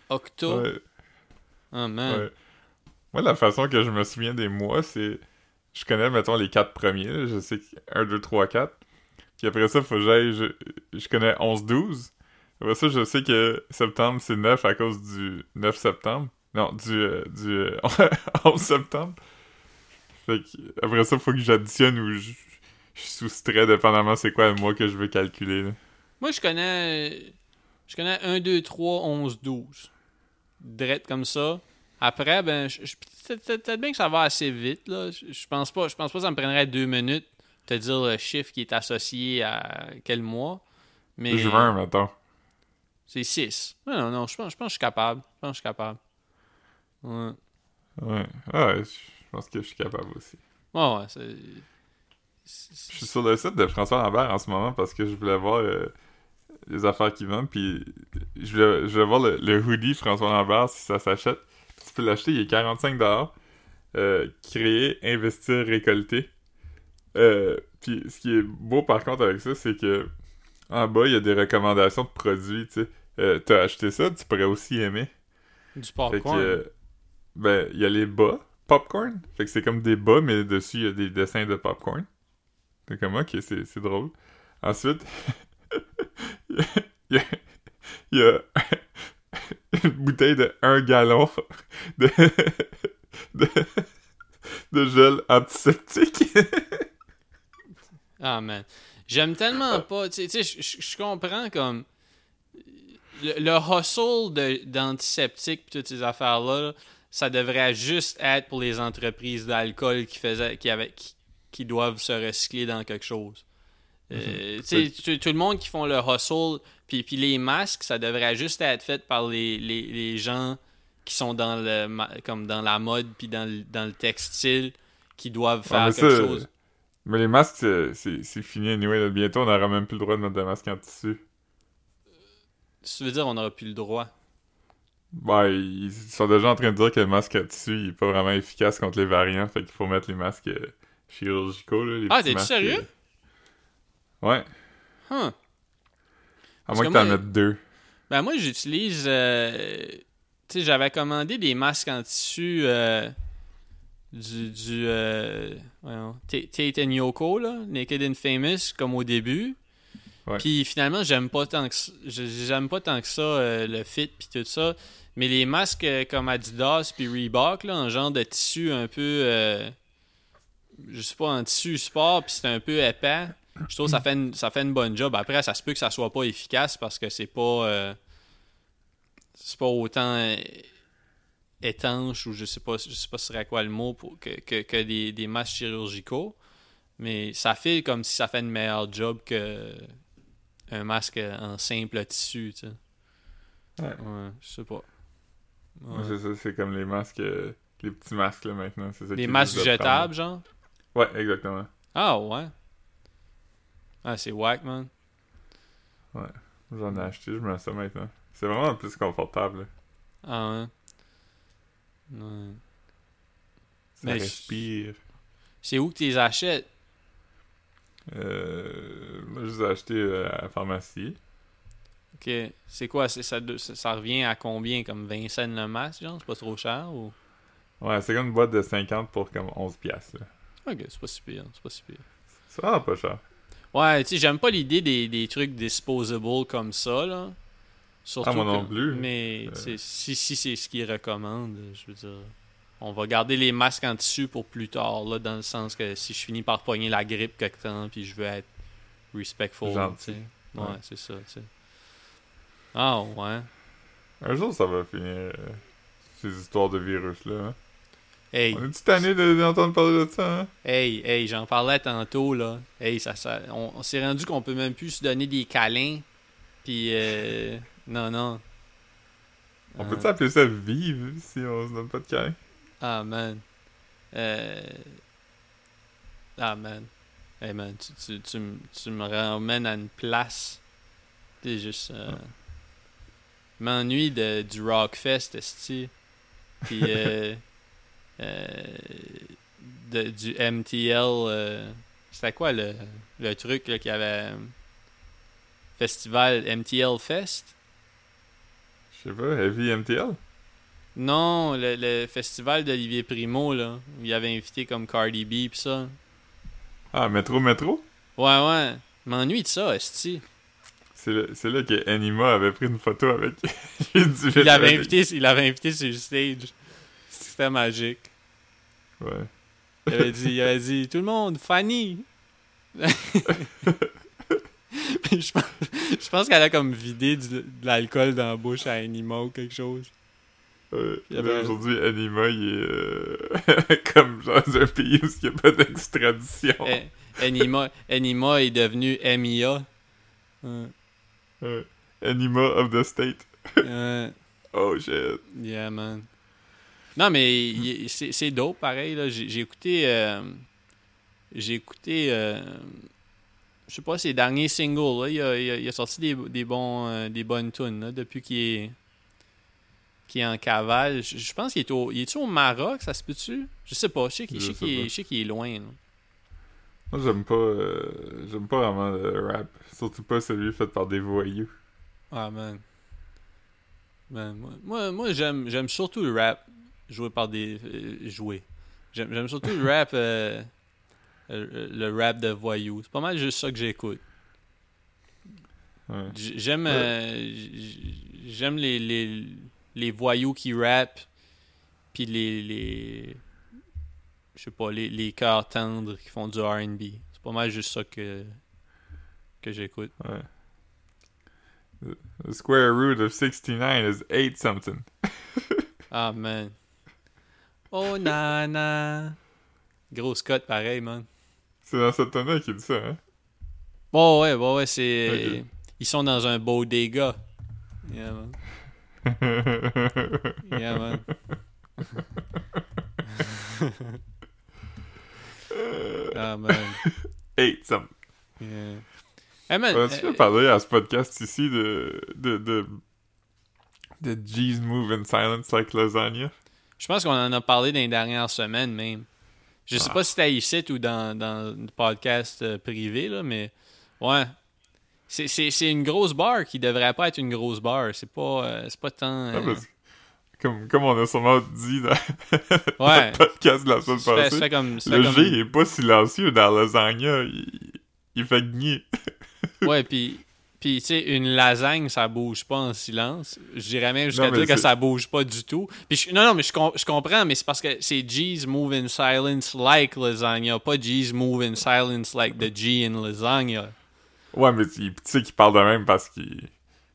A: Octo?
B: Ouais.
A: Oh man.
B: Ouais. Moi, la façon que je me souviens des mois, c'est... Je connais, mettons, les quatre premiers. Là. Je sais que un, deux, trois, quatre. Puis après ça, faut que j'aille... Je, je connais onze, douze. Après ça, je sais que septembre, c'est neuf à cause du neuf septembre. Non, du, euh, du euh, onze septembre. Fait que, après ça, faut que j'additionne ou je, je suis soustrais, dépendamment c'est quoi le mois que je veux calculer. Là.
A: Moi, je connais. Je connais un, deux, trois, onze, douze. Drette comme ça. Après, ben, je, je, peut-être bien que ça va assez vite, là. Je, je pense pas, je pense pas que ça me prendrait deux minutes de te dire le chiffre qui est associé à quel mois. Mais.
B: Juin, mettons.
A: C'est six. Non, non, non, je pense, je pense que je suis capable. Je pense que je suis capable. Ouais.
B: Ouais. Ah ouais, je pense que je suis capable aussi.
A: Ouais, ouais, c'est.
B: Je suis sur le site de François Lambert en ce moment parce que je voulais voir euh, les affaires qui vendent, puis je voulais, je voulais voir le, le hoodie François Lambert si ça s'achète. Tu peux l'acheter, il est quarante-cinq dollars. Euh, créer, investir, récolter. Euh, puis ce qui est beau par contre avec ça, c'est que en bas, il y a des recommandations de produits, tu sais. Euh, t'as acheté ça, tu pourrais aussi aimer.
A: Du
B: Fait que,
A: popcorn.
B: euh, ben, il y a les bas, popcorn. Fait que c'est comme des bas, mais dessus, il y a des dessins de popcorn. C'est comme, ok, c'est, c'est drôle. Ensuite, il y a, il y a une bouteille de un gallon de, de, de gel antiseptique.
A: Ah, man. J'aime tellement pas. Tu sais, je comprends comme. Le, le hustle de, d'antiseptique et toutes ces affaires-là, là, ça devrait juste être pour les entreprises d'alcool qui faisaient, qui, avaient, qui, qui doivent se recycler dans quelque chose. Euh, mm-hmm. tu sais, tout le monde qui font le hustle, puis, puis les masques, ça devrait juste être fait par les, les, les gens qui sont dans le comme dans la mode puis dans le, dans le textile, qui doivent faire
B: ouais,
A: quelque
B: ça,
A: chose.
B: Mais les masques, c'est, c'est, c'est fini anyway. Là. Bientôt, on n'aura même plus le droit de mettre des masques en tissu.
A: Ça veut dire on n'aura plus le droit.
B: Ben, ils sont déjà en train de dire que le masque à tissu il est pas vraiment efficace contre les variants, fait qu'il faut mettre les masques euh, chirurgicaux, là, les
A: ah,
B: petits
A: t'es-tu
B: masques,
A: sérieux?
B: Euh... Ouais.
A: Huh.
B: À
A: Parce
B: moins que,
A: que
B: t'en
A: moi,
B: mettes deux.
A: Ben moi, j'utilise... Euh, tu sais, j'avais commandé des masques en tissu euh, du... du euh, voyons, Tate and Yoko, là, Naked and Famous, comme au début.
B: Ouais.
A: Puis finalement, j'aime pas tant que ça, j'aime pas tant que ça euh, le fit puis tout ça. Mais les masques euh, comme Adidas puis Reebok, là, en genre de tissu un peu... Euh, je sais pas, en tissu sport, puis c'est un peu épais. Je trouve que ça fait une, ça fait une bonne job. Après, ça se peut que ça soit pas efficace parce que c'est pas... Euh, c'est pas autant euh, étanche ou je sais pas je sais pas ce serait quoi le mot pour que, que, que des, des masques chirurgicaux, mais ça fait comme si ça fait une meilleure job que un masque en simple tissu, tu sais.
B: Ouais.
A: Ouais, je sais pas. Ouais.
B: Ouais, c'est ça, c'est comme les masques, euh, les petits masques là maintenant. C'est ça
A: des masques jetables, genre?
B: Ouais, exactement.
A: Ah ouais. Ah, c'est whack, man.
B: Ouais, j'en ai acheté, je mets ça maintenant. C'est vraiment le plus confortable. Là.
A: Ah ouais. Ouais.
B: Ça
A: Mais
B: respire.
A: c'est où que tu les achètes?
B: Euh, moi, je les ai achetés euh, à la pharmacie.
A: Ok. C'est quoi? C'est, ça, ça, ça revient à combien? Comme vingt cents le masque, genre? C'est pas trop cher? Ou...
B: Ouais, c'est comme une boîte de cinquante pour comme onze piastres. Là.
A: Ok, c'est pas si pire. C'est pas si pire.
B: C'est vraiment pas cher.
A: Ouais, tu sais, j'aime pas l'idée des, des trucs disposable comme ça, là. Surtout
B: ah, moi
A: que,
B: non plus.
A: Mais,
B: euh...
A: tu sais, si, si c'est ce qu'ils recommandent, je veux dire... On va garder les masques en tissu pour plus tard, là, dans le sens que si je finis par pogner la grippe quelque temps, puis je veux être respectful, tu sais. Ouais, ouais, c'est ça, tu sais. Ah, ouais.
B: Un jour, ça va finir, euh, ces histoires de virus-là, hein?
A: Hey.
B: On est-tu tanné d'entendre parler de ça, hein?
A: Hey, hey, j'en parlais tantôt, là. Hey, ça, ça, on, on s'est rendu qu'on peut même plus se donner des câlins, puis euh, non, non.
B: On
A: euh...
B: peut-tu appeler ça vivre si on se donne pas de câlins?
A: Ah, man. Euh... Ah, man. Hey, man, tu, tu, tu, tu me ramènes à une place. C'est juste... Euh... Ouais. M'ennuie de, du Rockfest, esti. Puis, euh... euh... De, du M T L... Euh... C'était quoi, le, le truc, là, qu'il y avait... Festival M T L Fest?
B: Je Je sais pas, Heavy M T L?
A: Non, le, le festival d'Olivier Primo, là. Où il avait invité comme Cardi B pis ça.
B: Ah, Métro Métro?
A: Ouais, ouais. M'ennuie de ça, esti.
B: C'est là, c'est là que Anima avait pris une photo avec. J'ai dit,
A: Il l'avait invité, il l'avait invité sur le stage. C'était magique.
B: Ouais.
A: Il avait dit, il avait dit, tout le monde, Fanny! Puis je pense, je pense qu'elle a comme vidé du- de l'alcool dans la bouche à Anima ou quelque chose.
B: Ouais.
A: Il y
B: Là,
A: avait-
B: aujourd'hui, Anima, il est euh, comme dans un pays où il n'y a pas d'extradition.
A: Eh, Anima, Anima est devenu M I A. Ouais.
B: Ouais. Anima of the State.
A: Ouais.
B: Oh shit.
A: Yeah, man. Non, mais il- c'est c'est dope, pareil. Là. J'ai j'ai écouté... euh, j'ai écouté... euh, je sais pas, ses derniers singles. Là. Il, a, il a- il a sorti des, des, bons, euh, des bonnes tunes là, depuis qu'il est, qu'il est en cavale. Je, je pense qu'il est au... Il est-tu au Maroc, ça se peut-tu? Je sais pas. Je sais qu'il
B: Je
A: je sais
B: sais
A: qu'il est,
B: pas.
A: je sais qu'il est loin. Là.
B: Moi, j'aime pas, euh, j'aime pas vraiment le rap. Surtout pas celui fait par des voyous.
A: Ah, man. Man, moi, moi, moi, j'aime, j'aime surtout le rap joué par des... euh, joué. J'aime, j'aime surtout le rap... euh, euh, le rap de voyous. C'est pas mal juste ça que j'écoute.
B: Ouais.
A: J- J'aime
B: Ouais.
A: euh, j- j'aime les, les, les voyous qui rappent puis les les je sais pas les, les cœurs tendres qui font du R and B. C'est pas mal juste ça que que j'écoute.
B: Ouais. The square root of sixty-nine is eight something.
A: Ah man. Oh nana. Gros Scott pareil man.
B: C'est dans cette tonne-là qu'il dit ça, hein?
A: Bon ouais, bon ouais, c'est
B: Ok.
A: ils sont dans un bodega. Yeah man. Yeah man. Ah man.
B: Eight something.
A: Yeah. Hey man,
B: On a-tu
A: euh,
B: fait parler à ce podcast ici de... de... de... de G's move in silence like lasagna?
A: je pense qu'on en a parlé dans les dernières semaines même. Je sais
B: Ah.
A: pas si c'était ici ou dans, dans le podcast euh, privé, là, mais ouais. C'est, c'est, c'est une grosse barre qui devrait pas être une grosse barre. C'est pas, euh, c'est pas tant.
B: Ah,
A: euh,
B: parce que, comme, comme on a sûrement dit dans
A: Ouais.
B: le podcast de la semaine
A: ça fait, ça
B: passée,
A: fait comme. ça fait
B: le
A: comme-
B: G est pas silencieux dans lasagna. Il, il fait gagner.
A: Ouais, puis. Puis, tu sais, une lasagne, ça bouge pas en silence. Je dirais même jusqu'à
B: Non, mais
A: dire que
B: c'est-
A: ça bouge pas du tout. Puis, je- non, non, mais je, com- je comprends, mais c'est parce que c'est G's move in silence like lasagna, pas G's move in silence like the G in lasagna.
B: Ouais, mais tu tu sais qu'il parle de même parce qu'il...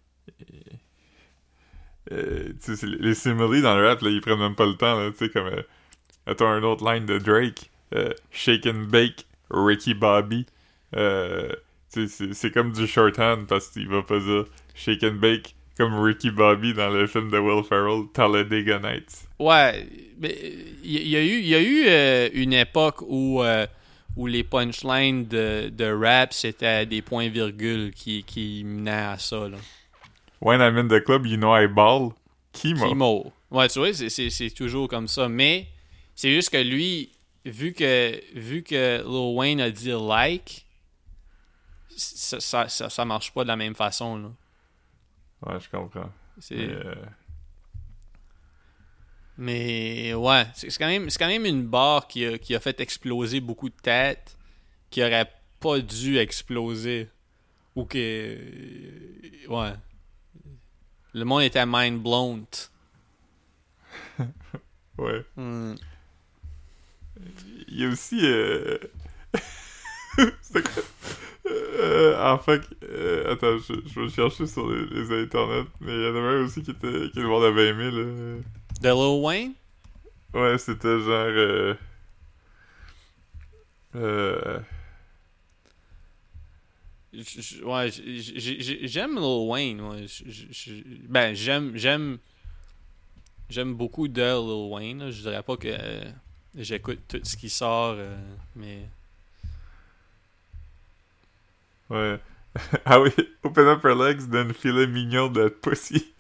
B: Euh, tu sais, c'est- les similes dans le rap, là, ils prennent même pas le temps, là, tu sais, comme... Euh, attends, un autre line de Drake. Euh, Shake and Bake, Ricky Bobby. Euh, tu sais, c'est- c'est comme du shorthand parce qu'il va pas dire Shake and Bake comme Ricky Bobby dans le film de Will Ferrell, Talladega Nights.
A: Ouais, mais il y, a eu, y a eu euh, une époque où, euh, où les punchlines de, de rap, c'était des points-virgules qui, qui menaient à ça, là.
B: When I'm in the club, you know I ball. Kimo.
A: Kimo. Ouais, tu vois, c'est, c'est, c'est toujours comme ça. Mais c'est juste que lui, vu que, vu que Lil Wayne a dit like, ça, ça, ça, ça marche pas de la même façon, là.
B: Ouais, je comprends.
A: C'est...
B: Mais, euh,
A: Mais ouais, c'est c'est quand même, c'est quand même une barre qui a, qui a fait exploser beaucoup de têtes qui aurait pas dû exploser. Ou que. Ouais. Le monde était mind blown.
B: ouais.
A: Hmm.
B: Il y a aussi... Euh... c'est quoi? Euh, en fait, euh, attends, je, je vais chercher sur les, les internets, mais il y en avait un aussi qui était qui le monde avait aimé, là.
A: De Lil Wayne?
B: Ouais, c'était genre... Euh... Euh...
A: J- j- Ouais, j- j- j- j'aime Lil Wayne. Ouais. J- j- j- Ben, j'aime. J'aime. J'aime beaucoup de Lil Wayne. Là. Je dirais pas que euh, j'écoute tout ce qui sort, euh, mais.
B: Ouais. Ah oui, open up her legs, then filet mignon de pussy.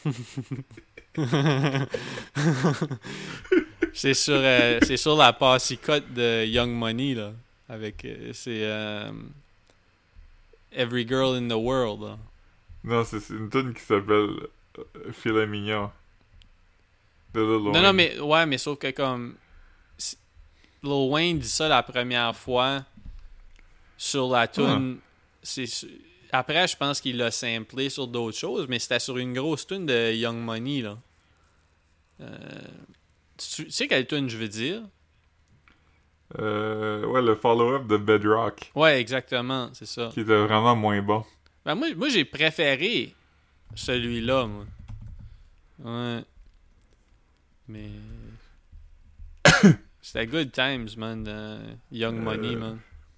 A: c'est sur euh, c'est sur la passicote de Young Money là avec euh, c'est euh, Every Girl in the World là.
B: Non, c'est c'est une tune qui s'appelle euh, filet mignon. De Lil
A: Non,
B: Wayne.
A: non, mais ouais, mais sauf que comme Lil Wayne dit ça la première fois sur la tune, c'est après je pense qu'il l'a samplé sur d'autres choses, mais c'était sur une grosse tune de Young Money là. Euh, tu, tu sais quelle tune je veux dire?
B: Euh, ouais, le follow-up de Bedrock,
A: Ouais, exactement, c'est ça.
B: qui était vraiment moins bon.
A: Ben moi, moi j'ai préféré celui-là, moi. Ouais. Mais c'était good times, man. de Young
B: Euh,
A: Money, man.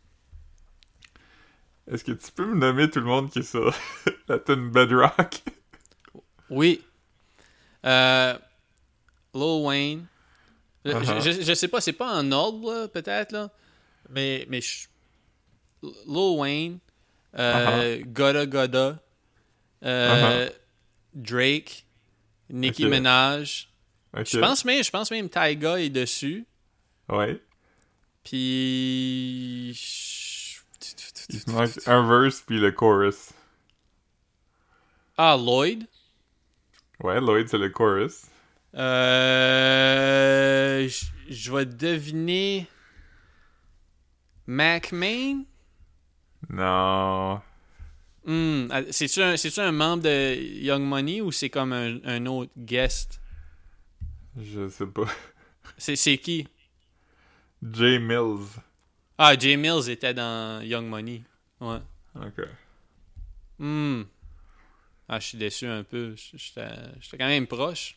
B: Est-ce que tu peux me nommer tout le monde qui est sur la tune Bedrock?
A: Oui. Euh, Lil Wayne. Je,
B: Uh-huh.
A: je, je sais pas, c'est pas en ordre, là, peut-être, là. Mais, mais je- Lil Wayne, euh, Goda Goda, euh, Drake, Nicki
B: Ok.
A: Minaj.
B: Ok.
A: Je pense même, je pense même Tyga est dessus.
B: Ouais.
A: Puis.
B: Il te manque un verse puis le chorus.
A: Ah, Lloyd.
B: Ouais, Lloyd, c'est le chorus.
A: Euh. Je je vais deviner. Mac Main.
B: Non.
A: Hmm. ah, C'est-tu un, c'est-tu un membre de Young Money ou c'est comme un, un autre guest?
B: Je sais pas.
A: C'est, c'est qui?
B: Jay Mills.
A: Ah, Jay Mills était dans Young Money. Ouais.
B: Ok.
A: Hmm. Ah, je suis déçu un peu. J'étais, j'étais quand même proche.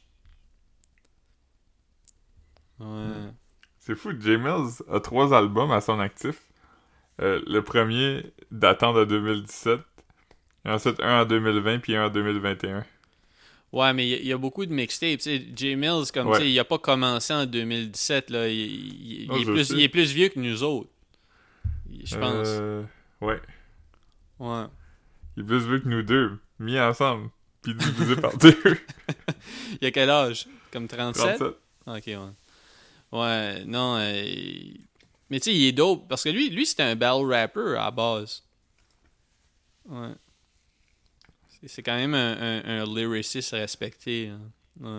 A: Ouais.
B: C'est fou, Jay Mills a trois albums à son actif. Euh, le premier datant de deux mille dix-sept. Et ensuite un en deux mille vingt puis un en deux mille vingt et un.
A: Ouais, mais il y, a- il y a beaucoup de mixtapes. Tu sais, Jay Mills, comme
B: Ouais.
A: tu sais, il a pas commencé en deux mille dix-sept. Là. Il, il- il
B: Non,
A: est
B: je
A: plus,
B: sais.
A: il est plus vieux que nous autres. Je pense.
B: Euh, ouais.
A: Ouais.
B: Il est plus vieux que nous deux, mis ensemble, puis divisé par deux.
A: Il a quel âge? Comme trente-sept?
B: trente-sept.
A: Ok, ouais. Ouais, non. euh, Mais tu sais, il est dope. Parce que lui, lui c'était un battle rapper à la base. Ouais. C'est, c'est quand même un, un, un lyriciste respecté. Hein. Ouais.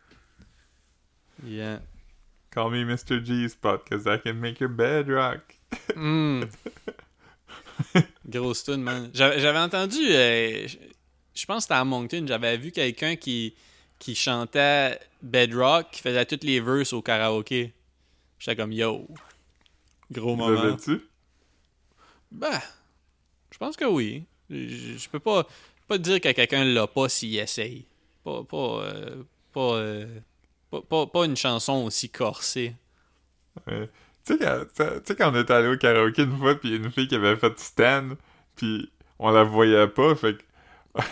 A: Yeah.
B: Call me mister G-Spot, cause I can make your bed rock.
A: Mm. Grosse tune, man. J'avais, j'avais entendu, euh, je, je pense que c'était à Moncton, j'avais vu quelqu'un qui, qui chantait Bedrock, qui faisait toutes les verses au karaoké. J'étais comme, yo, gros
B: Vous
A: moment.
B: avez-tu?
A: Ben, je pense que oui. Je, je peux pas, pas te dire que quelqu'un l'a pas s'il essaye. Pas, pas, euh, pas, euh, pas, pas, pas une chanson aussi corsée.
B: Ouais. Tu sais, quand, tu sais, quand on était allé au karaoké une fois, pis y a une fille qui avait fait Stan, pis on la voyait pas, fait que...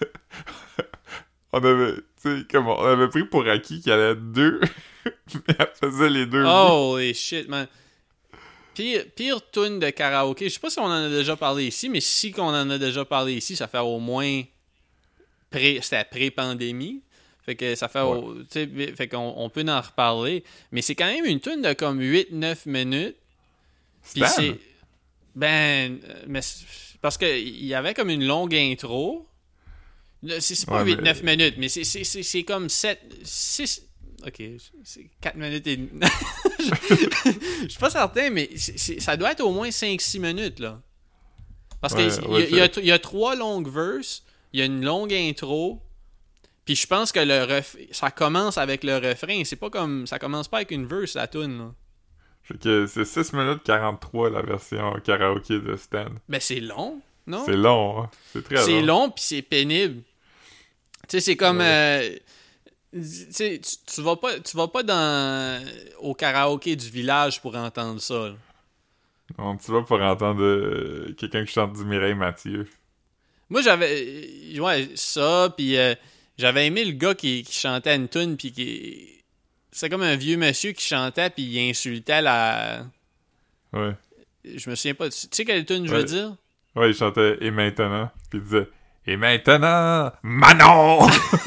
B: on avait, tu sais, comme on avait pris pour acquis qu'il y allait être deux, mais elle faisait les deux.
A: Holy shit, man. Pire, pire tune de karaoké. Je sais pas si on en a déjà parlé ici, mais si qu'on en a déjà parlé ici, ça fait au moins... Pré, c'était pré-pandémie. Fait que ça fait...
B: Ouais.
A: au- tu sais, fait qu'on on peut en reparler. Mais c'est quand même une tune de comme huit neuf minutes. Puis
B: Stan?
A: c'est... Ben... euh, Mais c'est- parce que il y avait comme une longue intro. Là, C'est, c'est pas
B: Ouais,
A: huit
B: mais-
A: neuf minutes, mais c'est, c'est, c'est, c'est comme sept... six... Ok, c'est quatre minutes et demie. Je suis pas certain, mais c'est, c'est- ça doit être au moins cinq six minutes, là. Parce
B: Ouais,
A: qu'il
B: ouais,
A: y, a- il y a-
B: c'est-
A: il y a trois longues verses, il y a une longue intro, puis je pense que le ref... ça commence avec le refrain. C'est pas comme... Ça commence pas avec une verse, la tune, là.
B: Fait que c'est six minutes quarante-trois la version karaoké de Stan.
A: Ben, c'est long, non?
B: C'est long, hein? C'est très long.
A: C'est long, puis c'est pénible. Tu sais, c'est comme...
B: Ouais.
A: euh, tu sais, tu, tu vas pas, tu vas pas dans au karaoké du village pour entendre ça, là.
B: On tu vas pour entendre euh, quelqu'un qui chante du Mireille Mathieu.
A: Moi, j'avais... euh, Ouais, ça, puis euh, j'avais aimé le gars qui, qui chantait une tune, puis qui... C'est comme un vieux monsieur qui chantait, puis il insultait la...
B: Ouais.
A: Je me souviens pas... Tu sais quelle tune je veux
B: Ouais.
A: dire?
B: Ouais, il chantait « Et maintenant », puis il disait « Et maintenant, Manon!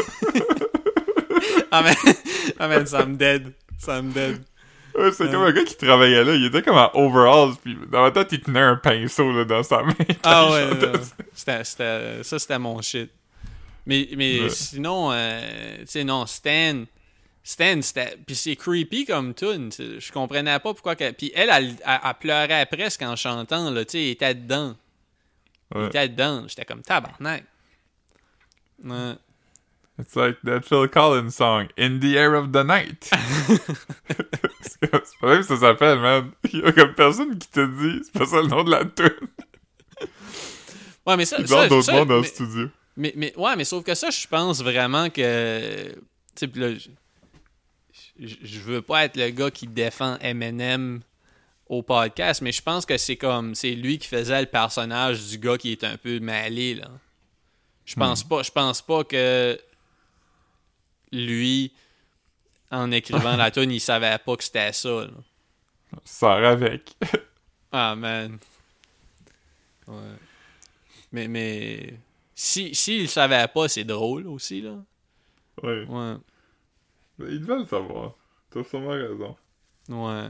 A: Ah, mais... ah, man, ça me dead. Ça me dead. »
B: Ouais, c'est comme un gars qui travaillait là, il était comme en overalls, puis dans la tête, il tenait un pinceau là, dans sa main.
A: Ah
B: quand il
A: ouais,
B: chantait
A: non, non.
B: ça.
A: C'était, c'était, ça, c'était mon shit. Mais, mais
B: Ouais.
A: sinon, euh, tu sais, non, Stan... Stan, c'était... Puis c'est creepy comme tune. Je comprenais pas pourquoi... Que... Puis elle, elle, elle, elle pleurait presque en chantant, là, tu sais, elle était dedans. Elle
B: Ouais.
A: était dedans. J'étais comme tabarnak. Ouais.
B: It's like that Phil Collins song, In the Air of the Night. c'est pas même ça s'appelle, man. Il y a comme personne qui te dit, c'est pas ça le nom de la tune.
A: Ouais, mais ça...
B: Il y
A: ça,
B: a d'autres
A: ça
B: mondes dans le
A: mais,
B: studio.
A: mais, mais, ouais, mais sauf que ça, je pense vraiment que... Tu sais, pis là... Je, je veux pas être le gars qui défend Eminem au podcast, mais je pense que c'est comme... C'est lui qui faisait le personnage du gars qui est un peu mêlé, là. Je pense
B: Hmm.
A: pas... Je pense pas que... Lui, en écrivant la tune, il savait pas que c'était ça, là.
B: Sors avec.
A: Ah, man. Ouais. Mais, mais... Si, s'il le savait pas, c'est drôle aussi, là.
B: Ouais.
A: Ouais.
B: Mais ils devaient le savoir. T'as sûrement raison.
A: Ouais.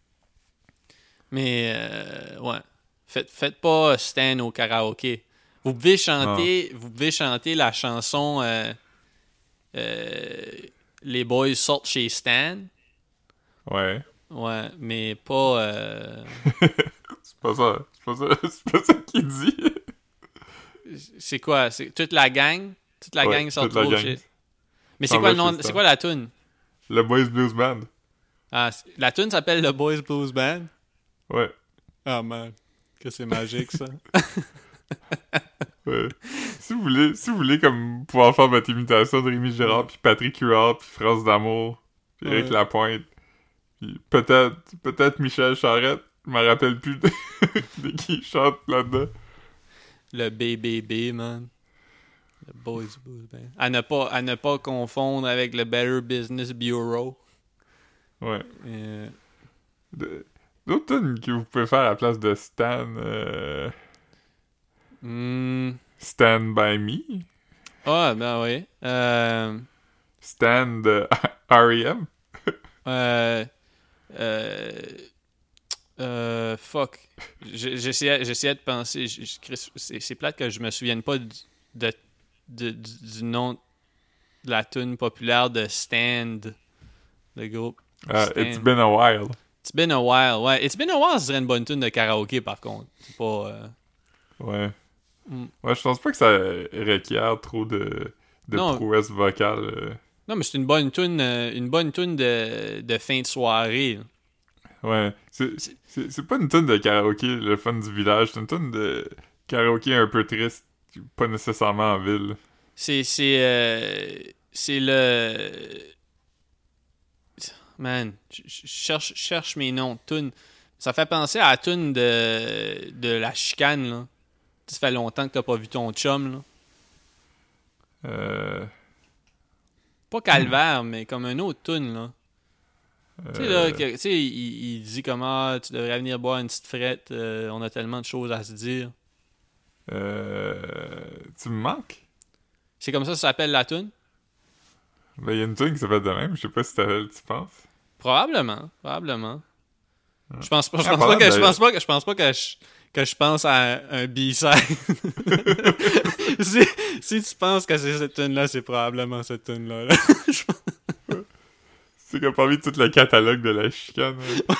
A: Mais, euh, ouais. Faites, faites pas Stan au karaoké. Vous pouvez chanter, vous pouvez chanter la chanson euh, euh, Les boys sortent chez Stan.
B: Ouais.
A: Ouais, mais pas... euh,
B: c'est pas ça. C'est pas ça, c'est pas ça qu'il dit.
A: c'est quoi? C'est toute la gang? Toute la
B: Ouais,
A: gang se
B: toute la
A: retrouve
B: gang.
A: chez... Mais c'est
B: S'en
A: quoi
B: va
A: le nom?
B: chez
A: C'est
B: Stan.
A: quoi la tune?
B: Le Boys Blues Band.
A: Ah, c'est- la tune s'appelle The Boys Blues Band.
B: Ouais.
A: Ah, man. Que c'est magique, ça.
B: Ouais. Si vous voulez, si vous voulez comme pouvoir faire votre imitation de Rémi Gérard, puis Patrick Huard, puis France d'Amour, puis Éric
A: Ouais.
B: Lapointe, puis peut-être peut-être Michel Charette, je me rappelle plus de, de qui il chante là-dedans.
A: Le B B B, man. Le Boys Blues Band. À ne pas, à ne pas confondre avec le Better Business Bureau.
B: Ouais.
A: Euh,
B: De- D'autres tunes que vous pouvez faire à la place de Stan, euh,
A: hmm.
B: Stand By Me,
A: Ah, ben oui. Euh,
B: Stan de R E M.
A: euh, euh, euh, fuck. J- J'essayais, j'essayais de penser. J- j- Chris, C'est c'est plate que je me souvienne pas du, de, de- du, du nom de la tune populaire de Stand, le groupe.
B: Uh,
A: Stan.
B: It's Been a While.
A: It's been a while. Ouais, It's been a while, ce serait une bonne tune de karaoké, par contre. C'est pas... euh,
B: Ouais.
A: Mm.
B: Ouais, je pense pas que ça requiert trop de, de
A: Non.
B: prouesse vocale. euh.
A: Non, mais c'est une bonne tune, euh, une bonne tune de, de fin de soirée.
B: Ouais. C'est, c'est, c'est pas une tune de karaoké, le fun du village. C'est une tune de karaoké un peu triste, pas nécessairement en ville.
A: C'est, c'est, euh, c'est le... Man, je je cherche, je cherche mes noms de tunes. Ça fait penser à la tune de, de la chicane, là. Ça fait longtemps que t'as pas vu ton chum, là.
B: Euh...
A: Pas Calvaire, mais comme un autre tune, là. Tu sais, là,
B: euh,
A: que- tu sais, il, il dit comment tu devrais venir boire une petite frette, euh, on a tellement de choses à se dire.
B: euh, Tu me manques?
A: C'est comme ça que ça s'appelle la tune?
B: Ben, il y a une tune qui s'appelle de même. Je sais pas si t'as, tu penses.
A: Probablement, probablement. Je pense pas, je
B: Ah,
A: pense pas
B: parlant
A: que je
B: de-
A: pense pas que je pense pas que je que je pense à un B-side. si, si tu penses que c'est cette tune là, c'est probablement cette tune là.
B: C'est comme parmi tout le catalogue de la chicane.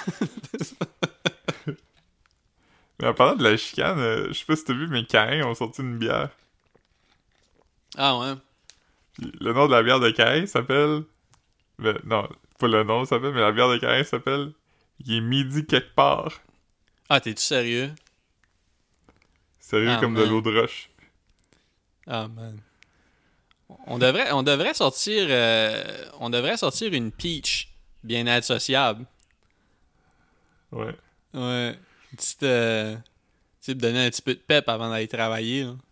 B: euh. Mais en parlant de la chicane, euh, je sais pas si t'as vu, mais Caïn ont sorti une bière.
A: Ah ouais.
B: Puis le nom de la bière de Caïn s'appelle... Ben, non, pas le nom s'appelle, mais la bière de Caïn s'appelle... Il est midi quelque part.
A: Ah, t'es-tu sérieux?
B: Sérieux
A: Ah,
B: comme
A: man.
B: de l'eau de roche.
A: Ah man. On devrait on devrait sortir euh, on devrait sortir une peach bien-être sociable.
B: Ouais.
A: Ouais. Une petite euh, tu sais, pour donner un petit peu de pep avant d'aller travailler, là.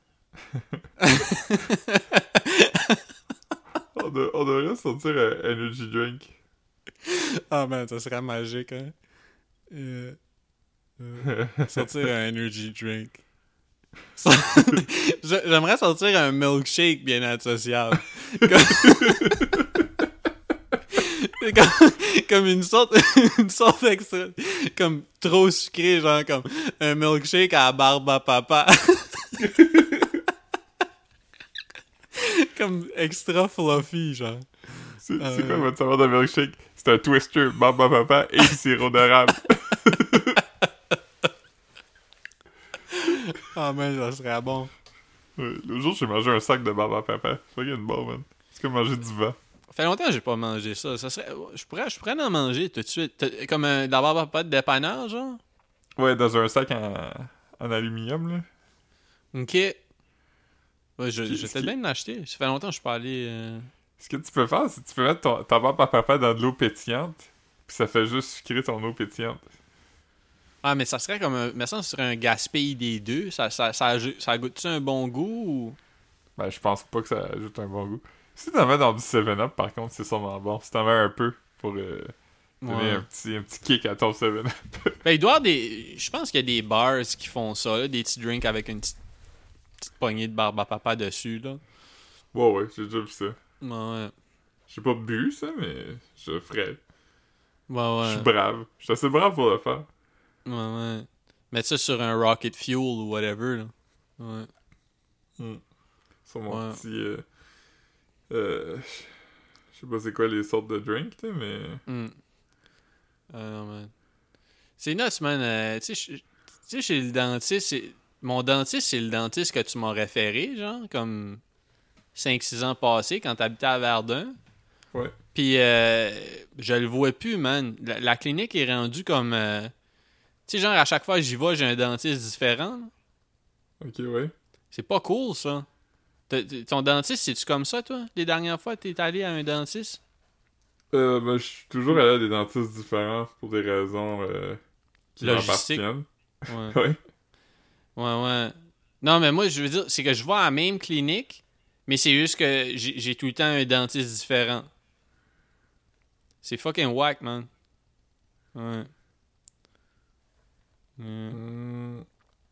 B: On, de- on devrait sortir un energy drink.
A: Ah man, ça serait magique, hein. Euh, euh, sortir un energy drink. Ça- J'a- J'aimerais sortir un milkshake bien associable. Comme... comme... comme une sorte une sorte extra comme trop sucré, genre comme un milkshake à la barbe à papa. Comme extra fluffy, genre.
B: C'est
A: Euh...
B: c'est quoi votre saveur de milkshake? C'est un Twister, Baba Papa et sirop d'érable.
A: Ah, man, ça serait bon.
B: Ouais, le jour, j'ai mangé un sac de Baba Papa. C'est fucking bon, man. C'est comme manger du vent.
A: Ça fait longtemps que j'ai pas mangé ça. Ça serait... Je pourrais, je pourrais en manger tout de suite. T'as- Comme un d'abord pas de dépanneur, genre?
B: Ouais, dans un sac en, en aluminium, là.
A: Ok. Ouais, je,
B: Qui-
A: je vais
B: ce
A: peut-être
B: qui-
A: bien l'acheter. Ça fait longtemps que je suis pas allé... euh,
B: Ce que tu peux faire, c'est que tu peux mettre ton, ta Baba Papa dans de l'eau pétillante, puis ça fait juste sucrer ton eau pétillante.
A: Ah, mais ça serait comme un... Mais ça, ce serait un gaspille des deux. Ça, ça, ça, ça goûte-tu un bon goût ou...
B: Ben, je pense pas que ça ajoute un bon goût. Si t'en mets dans du seven up, par contre, c'est sûrement bon. Si t'en mets un peu pour euh, donner
A: Ouais.
B: un, petit, un petit kick à ton seven up.
A: Ben, il doit y avoir des... Je pense qu'il y a des bars qui font ça, là, des petits drinks avec une petite, petite poignée de barbe à papa dessus, là.
B: Ouais, ouais, j'ai déjà vu ça.
A: Ouais,
B: J'ai pas bu ça, mais je le ferais.
A: ouais,
B: Je
A: ouais.
B: suis brave. Je suis assez brave pour le faire.
A: Ouais, ouais. Mettre ça sur un rocket fuel ou whatever, là. Ouais.
B: Sur mon
A: Ouais.
B: petit... Euh, euh, je sais pas c'est quoi les sortes de drinks, là, mais...
A: Hmm. Ah non, man. C'est nuts, man. Euh, tu sais, je- tu sais, chez le dentiste, c'est... mon dentiste, c'est le dentiste que tu m'as référé, genre, comme cinq six ans passés, quand t'habitais à Verdun.
B: Ouais.
A: Puis, euh, je le vois plus, man. La, la clinique est rendue comme... euh, tu sais, genre, à chaque fois que j'y vais, j'ai un dentiste différent. là.
B: Ok, ouais.
A: C'est pas cool, ça. T'as- t'as- Ton dentiste, c'est-tu comme ça, toi? Les dernières fois, t'es allé à un dentiste?
B: Euh, ben, je suis toujours allé à des dentistes différents pour des raisons euh, qui
A: Logistique.
B: m'appartiennent.
A: Ouais.
B: Ouais.
A: Ouais, ouais. Non, mais moi, je veux dire, c'est que je vais à la même clinique, mais c'est juste que j'ai j'ai tout le temps un dentiste différent. C'est fucking whack, man. Ouais. Ouais.
B: Hmm,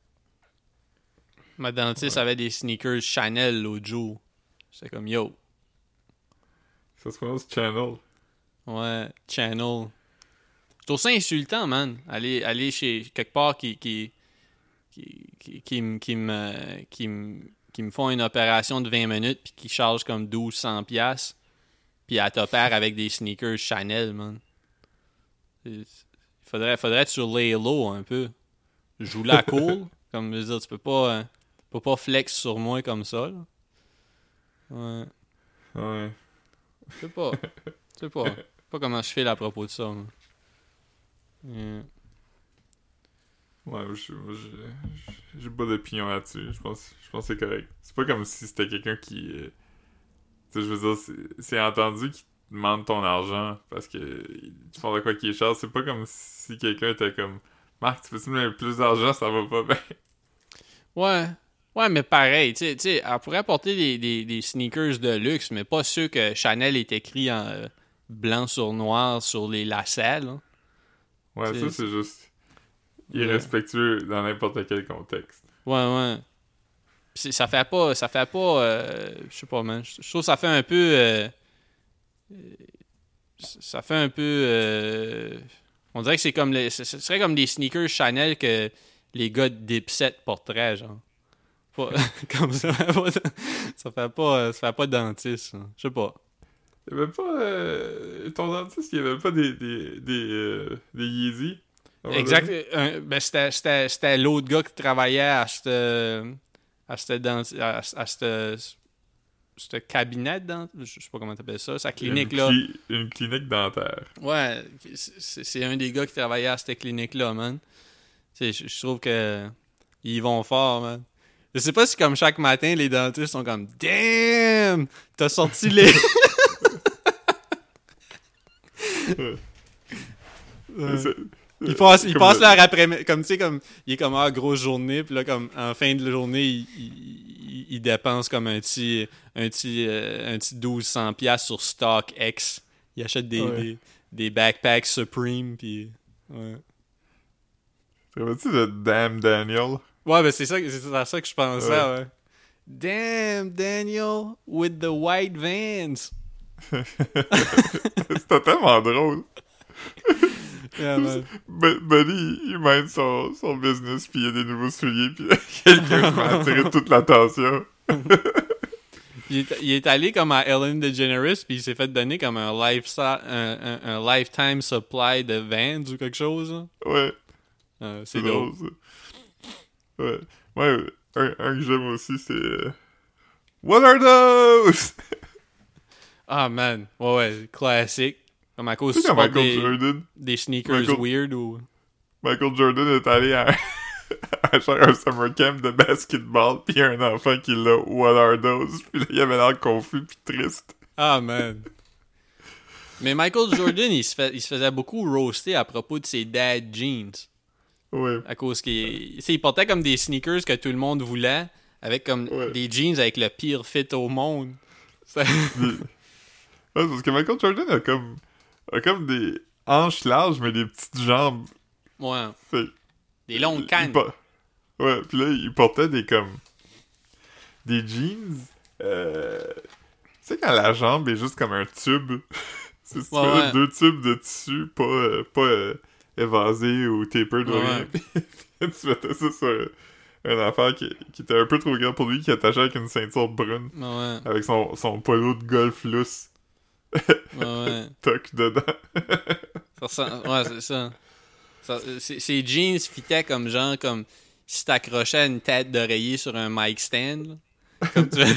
A: Ma dentiste
B: Ouais.
A: avait des sneakers Chanel l'autre jour. J'étais comme, yo,
B: ça se prononce Channel.
A: ouais, Channel. Je trouve ça insultant, man. Aller, aller chez quelque part qui qui qui, qui, qui, me- qui me qui me qui me font une opération de vingt minutes puis qui chargent comme douze cents piastres puis elle t'opère avec des sneakers Chanel, man. Il faudrait faudrait être sur lay low un peu. Joue la cool, comme je veux dire, tu peux pas euh, tu peux pas flex sur moi comme ça. Là. Ouais,
B: Ouais.
A: je sais pas. Je sais pas. Je sais pas comment je fais à propos de ça. moi. Yeah.
B: Ouais, je- moi, j'ai j'ai pas d'opinion là-dessus. Je pense, je pense que c'est correct. C'est pas comme si c'était quelqu'un qui... euh, tu sais, je veux dire, c'est- c'est entendu qu'il te demande ton argent parce que tu font de quoi qui est cher. C'est pas comme si quelqu'un était comme... Marc, tu peux-tu me donner plus d'argent? Ça va pas bien.
A: Ouais. Ouais, mais pareil, tu sais, tu sais, elle pourrait porter des, des, des sneakers de luxe, mais pas ceux que Chanel est écrit en euh, blanc sur noir sur les lacets, là.
B: Ouais,
A: C'est-
B: ça, c'est juste irrespectueux dans n'importe quel contexte.
A: Ouais, ouais. Puis c'est- ça fait pas, ça fait pas, euh, je sais pas, man. Je je trouve que ça fait un peu, euh, euh, ça fait un peu, euh, on dirait que c'est comme, les, ce ce serait comme des sneakers Chanel que les gars de Dipset porteraient, genre. Pas, comme ça, fait pas, ça fait pas, euh, ça fait pas de dentiste, hein. Je sais pas.
B: Il y avait pas... euh, ton dentiste, il y avait pas des... des... des... euh, des Yeezy? à un moment
A: Exact.
B: donné?
A: un- ben c'était, c'était, c'était l'autre gars qui travaillait à cette, à cette, denti- à, à cette, ce cabinet, dans, je sais pas comment t'appelles ça, sa clinique
B: Une
A: là.
B: cli- Une clinique dentaire.
A: Ouais, c'est, c'est un des gars qui travaillait à cette clinique là, man. Tu sais, je, je trouve que ils vont fort, man. Je sais pas si comme chaque matin les dentistes sont comme damn, t'as sorti les. Ouais.
B: C'est-
A: Ils passent, ils
B: comme
A: passent
B: le-
A: leur après comme tu sais, comme il est comme ah, grosse journée, puis là, comme en fin de la journée, il, il, il dépense comme un petit, un petit, euh, un petit douze cents piastres sur StockX. Il achète des,
B: Ouais.
A: des, des backpacks Supreme, puis ouais.
B: Te rappelles-tu de Damn Daniel?
A: Ouais, ben c'est ça, c'est à ça que je pensais,
B: Ouais.
A: ouais. Damn, Daniel, with the white vans.
B: C'était tellement drôle.
A: Yeah, man.
B: Bu- Buddy, il mène son, son business, puis il y a des nouveaux souliers, puis quelqu'un qui va attirer toute l'attention.
A: il, est, il est allé comme à Ellen DeGeneres, puis il s'est fait donner comme un, life, un, un, un lifetime supply de Vans ou quelque chose. Hein.
B: Ouais.
A: Euh, c'est, c'est drôle,
B: drôle. Ça. Ouais. Ouais, un, un que j'aime aussi, c'est... Euh... What are those?
A: Ah, man. Ouais, ouais, classique. Comme à cause
B: tu sais, quand Michael
A: des,
B: Jordan...
A: des sneakers
B: Michael,
A: weird ou...
B: Michael Jordan est allé à, à genre un summer camp de basketball, pis il y a un enfant qui l'a « What are those? » Pis là, il avait l'air confus pis triste.
A: Ah, man. Mais Michael Jordan, il se, fait, il se faisait beaucoup roaster à propos de ses dad jeans.
B: Ouais.
A: À cause qu'il il portait comme des sneakers que tout le monde voulait, avec comme
B: ouais.
A: des jeans avec le pire fit au monde.
B: Ouais, parce que Michael Jordan a comme, a comme des hanches larges, mais des petites jambes.
A: Ouais.
B: Fait,
A: des longues cannes.
B: Po- ouais, pis là, il portait des comme... des jeans... Euh... Tu sais, quand la jambe est juste comme un tube... c'est
A: ouais, ouais.
B: deux tubes de tissu, pas, euh, pas euh, évasés ou tapered ou
A: ouais,
B: rien. Ouais. Tu mettais ça sur euh, une affaire qui, qui était un peu trop grande pour lui, qui attachait avec une ceinture brune.
A: Ouais.
B: Avec son, son polo de golf lousse.
A: Ouais, ouais.
B: Toc dedans.
A: ça ressemble... Ouais, c'est ça. ça c'est, ses jeans fitaient comme genre, comme si t'accrochais une tête d'oreiller sur un mic stand. Là. Comme tu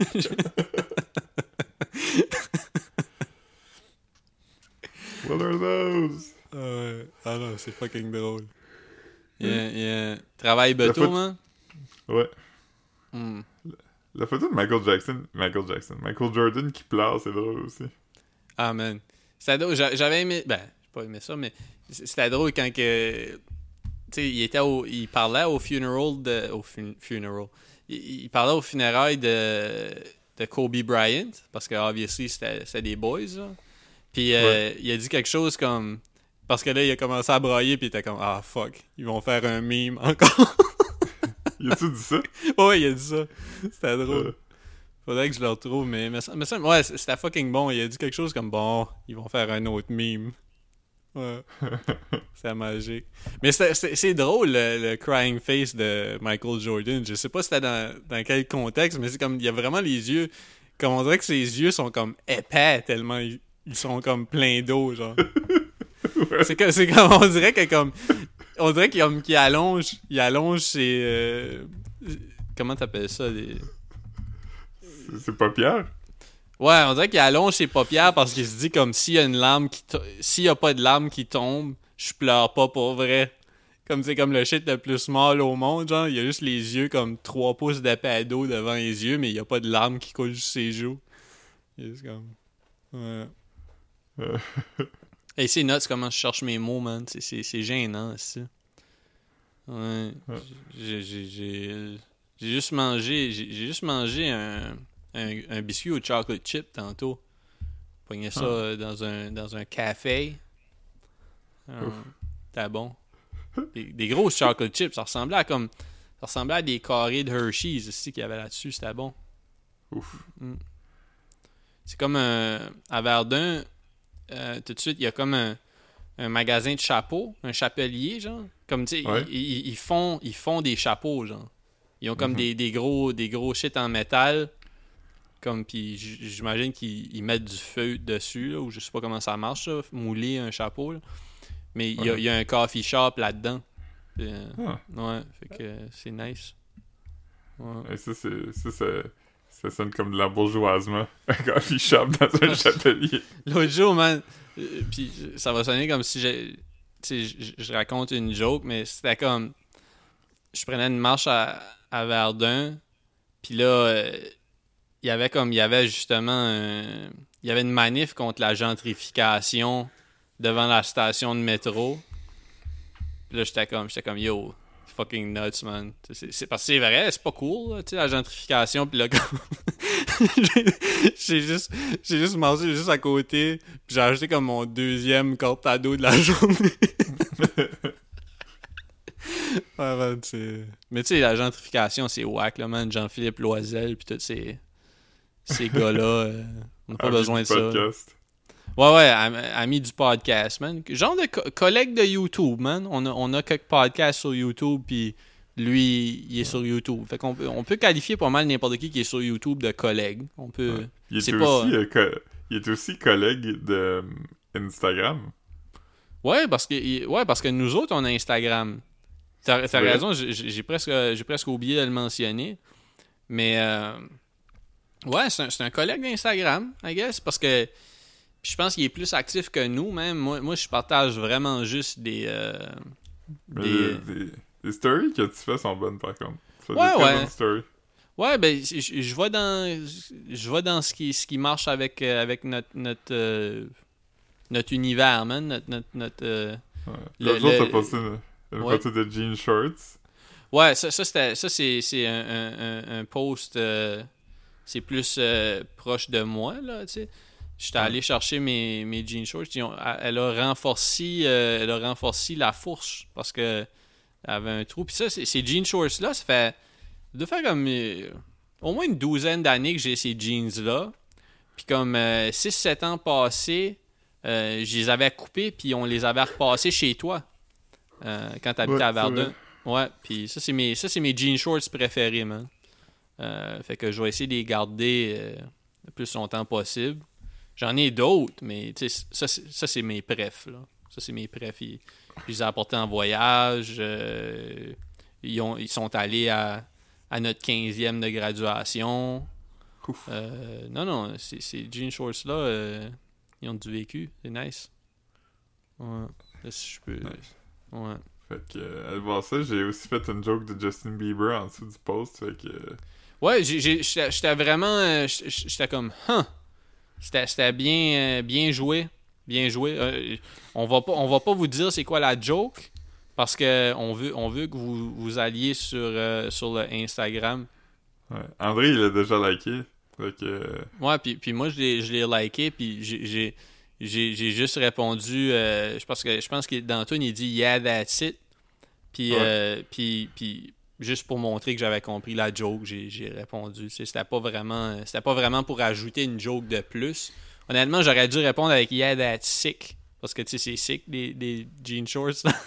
B: What are those?
A: Ah ouais. Ah non, c'est fucking drôle. Yeah, yeah. Travail bateau, photo... man?
B: Ouais.
A: Mm.
B: La, la photo de Michael Jackson, Michael Jackson, Michael Jordan qui pleure, c'est drôle aussi.
A: Ah, man. C'était drôle. J'avais aimé... Ben, j'ai pas aimé ça, mais c'était drôle quand que... Tu sais, il était au... Il parlait au funeral de... Au fun... funeral. Il, il parlait au funérailles de... de Kobe Bryant, parce que, obviously, c'était, c'était des boys, là. Puis euh, ouais. il a dit quelque chose comme... Parce que là, il a commencé à brailler, puis il était comme « Ah, fuck, ils vont faire un meme encore. »
B: Il a-tu dit ça?
A: Ouais, il a dit ça. C'était drôle. Euh... Faudrait que je le retrouve, mais... mais, ça, mais ça, ouais, c'était fucking bon. Il a dit quelque chose comme « Bon, ils vont faire un autre meme. » Ouais. C'était magique. Mais c'était, c'est, c'est drôle, le, le crying face de Michael Jordan. Je sais pas c'était dans, dans quel contexte, mais c'est comme... Il y a vraiment les yeux... Comme on dirait que ses yeux sont comme épais, tellement... Ils, ils sont comme pleins d'eau, genre. Ouais. C'est, que, c'est comme, on dirait que comme, on dirait qu'il, qu'il allonge, il allonge ses, euh, comment t'appelles ça, les...
B: C'est, c'est paupières?
A: Ouais, on dirait qu'il allonge ses paupières parce qu'il se dit comme s'il y a une larme qui, to... s'il y a pas de larme qui tombe, je pleure pas pour vrai. Comme c'est comme le shit le plus small au monde, genre, il y a juste les yeux comme trois pouces d'épais d'eau devant les yeux, mais il y a pas de larme qui coule sur ses joues. C'est juste comme, ouais. Hey, c'est nuts comment je cherche mes mots, man. C'est, c'est, c'est gênant, c'est ouais. ouais. J'ai, j'ai, j'ai, j'ai juste mangé j'ai, j'ai juste mangé un, un, un biscuit au chocolate chip tantôt. Pognais ça ah. dans un dans un café. Euh, c'était bon. Des, des grosses chocolate chips, ça ressemblait à comme ça ressemblait à des carrés de Hershey's aussi qu'il y avait là-dessus, c'était bon.
B: Ouf.
A: Mm. C'est comme un à Verdun. Euh, tout de suite, il y a comme un, un magasin de chapeaux, un chapelier, genre. Comme, tu sais, ouais. ils, ils, ils, font, ils font des chapeaux, genre. Ils ont comme mm-hmm. des, des gros des gros shit en métal. Comme, puis j'imagine qu'ils ils mettent du feu dessus, là, ou je sais pas comment ça marche, là, mouler un chapeau, là. Mais il ouais. y, y a un coffee shop là-dedans. Puis, euh, ah. Ouais, fait que euh, c'est nice.
B: Ouais. Et ça, c'est... Ça, c'est... Ça sonne comme de l'embourgeoisement. Un coffee shop dans un chapelier.
A: L'autre jour, man, euh, puis ça va sonner comme si j'ai, tu sais, je, je raconte une joke, mais c'était comme, je prenais une marche à, à Verdun, puis là, euh, il y avait comme, il y avait justement, un, il y avait une manif contre la gentrification devant la station de métro. Puis là, j'étais comme, j'étais comme, yo, fucking nuts, man. C'est, c'est parce que c'est vrai, c'est pas cool, tu sais, la gentrification, pis là, comme... j'ai, j'ai juste j'ai juste mangé juste à côté, pis j'ai acheté comme mon deuxième cortado de la journée. Ouais, man, c'est... Mais tu sais, la gentrification, c'est whack, là, man. Jean-Philippe Loisel, pis tous ces, ces gars-là, euh, on n'a pas ami besoin de podcast. Ça. Ouais, ouais, am- amis du podcast, man. Genre de co- collègues de YouTube, man. On a, on a quelques podcasts sur YouTube, pis lui, il est sur YouTube. Fait qu'on peut, on peut qualifier pas mal n'importe qui qui est sur YouTube de collègue. On peut...
B: Ouais. Il,
A: c'est
B: était
A: pas...
B: aussi, euh, co- il était aussi collègue de euh, Instagram.
A: Ouais, parce que, ouais, parce que nous autres, on a Instagram. T'as, t'as
B: vrai?
A: raison, j'ai, j'ai, presque, j'ai presque oublié de le mentionner. Mais, euh, ouais, c'est un, c'est un collègue d'Instagram, I guess, parce que puis je pense qu'il est plus actif que nous, même. Moi, moi je partage vraiment juste des... euh,
B: Mais
A: des...
B: les, les- les stories que tu fais sont bonnes, par contre. Tu fais
A: Ouais,
B: des très
A: ouais.
B: bonnes stories.
A: Ouais, ben, je, je vois dans, je vois dans ce qui, ce qui marche avec, euh, avec notre, notre, euh, notre univers, man. Notre, notre, notre, euh,
B: Ouais.
A: le-
B: L'autre jour,
A: le-
B: t'as posté une, une
A: ouais.
B: photo de jean shorts.
A: Ouais, ça, ça, c'était, ça c'est, c'est un, un, un, un post, euh, c'est plus euh, proche de moi, là, tu sais. J'étais
B: Ouais.
A: allé chercher mes, mes jean shorts. Ils ont- Elle a renforcé, euh, elle a renforcé la fourche parce que elle avait un trou. Puis ça, c'est- ces jean shorts-là, ça fait, de faire comme euh, au moins une douzaine d'années que j'ai ces jeans-là. Puis comme euh, six sept ans passés, euh, je les avais coupés puis on les avait repassés chez toi euh, quand t'habitais
B: Ouais,
A: à
B: c'est
A: Verdun.
B: vrai.
A: Ouais, puis ça, c'est mes, ça, c'est mes jean shorts préférés, man. Euh, fait que je vais essayer de les garder euh, le plus longtemps possible. J'en ai d'autres, mais tu sais, ça, c'est, ça, c'est mes prefs, là. Ça, c'est mes prefs. Ils, je les ai apportés en voyage. euh, ils, ont, ils sont allés à, à notre quinzième de graduation.
B: Ouf.
A: Euh, non, non, ces, ces jean shorts-là, euh, ils ont du vécu. C'est nice. Ouais. Là, si je peux...
B: Nice.
A: Ouais.
B: Fait que, euh, allez voir ça. J'ai aussi fait une joke de Justin Bieber en dessous du post. Fait que, euh,
A: Ouais, j'ai, j'ai, j'étais, j'étais vraiment... euh, j'étais j'étais comme... Huh! C'était, c'était bien, euh, bien joué. Bien joué. Euh, on va pas, on va pas vous dire c'est quoi la joke parce que on veut, on veut que vous, vous alliez sur, euh, sur le Instagram.
B: ouais. André, il a déjà liké. Fait que, euh,
A: Ouais, puis, puis moi, je l'ai, je l'ai liké, puis j'ai, j'ai, j'ai, j'ai juste répondu... euh, je pense que je pense que dans tout, il dit « Yeah, that's it ». Puis,
B: Ouais.
A: euh, puis, puis juste pour montrer que j'avais compris la joke, j'ai, j'ai répondu. Tu sais, C'était pas vraiment c'était pas vraiment pour ajouter une joke de plus. Honnêtement, j'aurais dû répondre avec Yeah, that's sick. Parce que tu sais, c'est sick des, des jean shorts. là.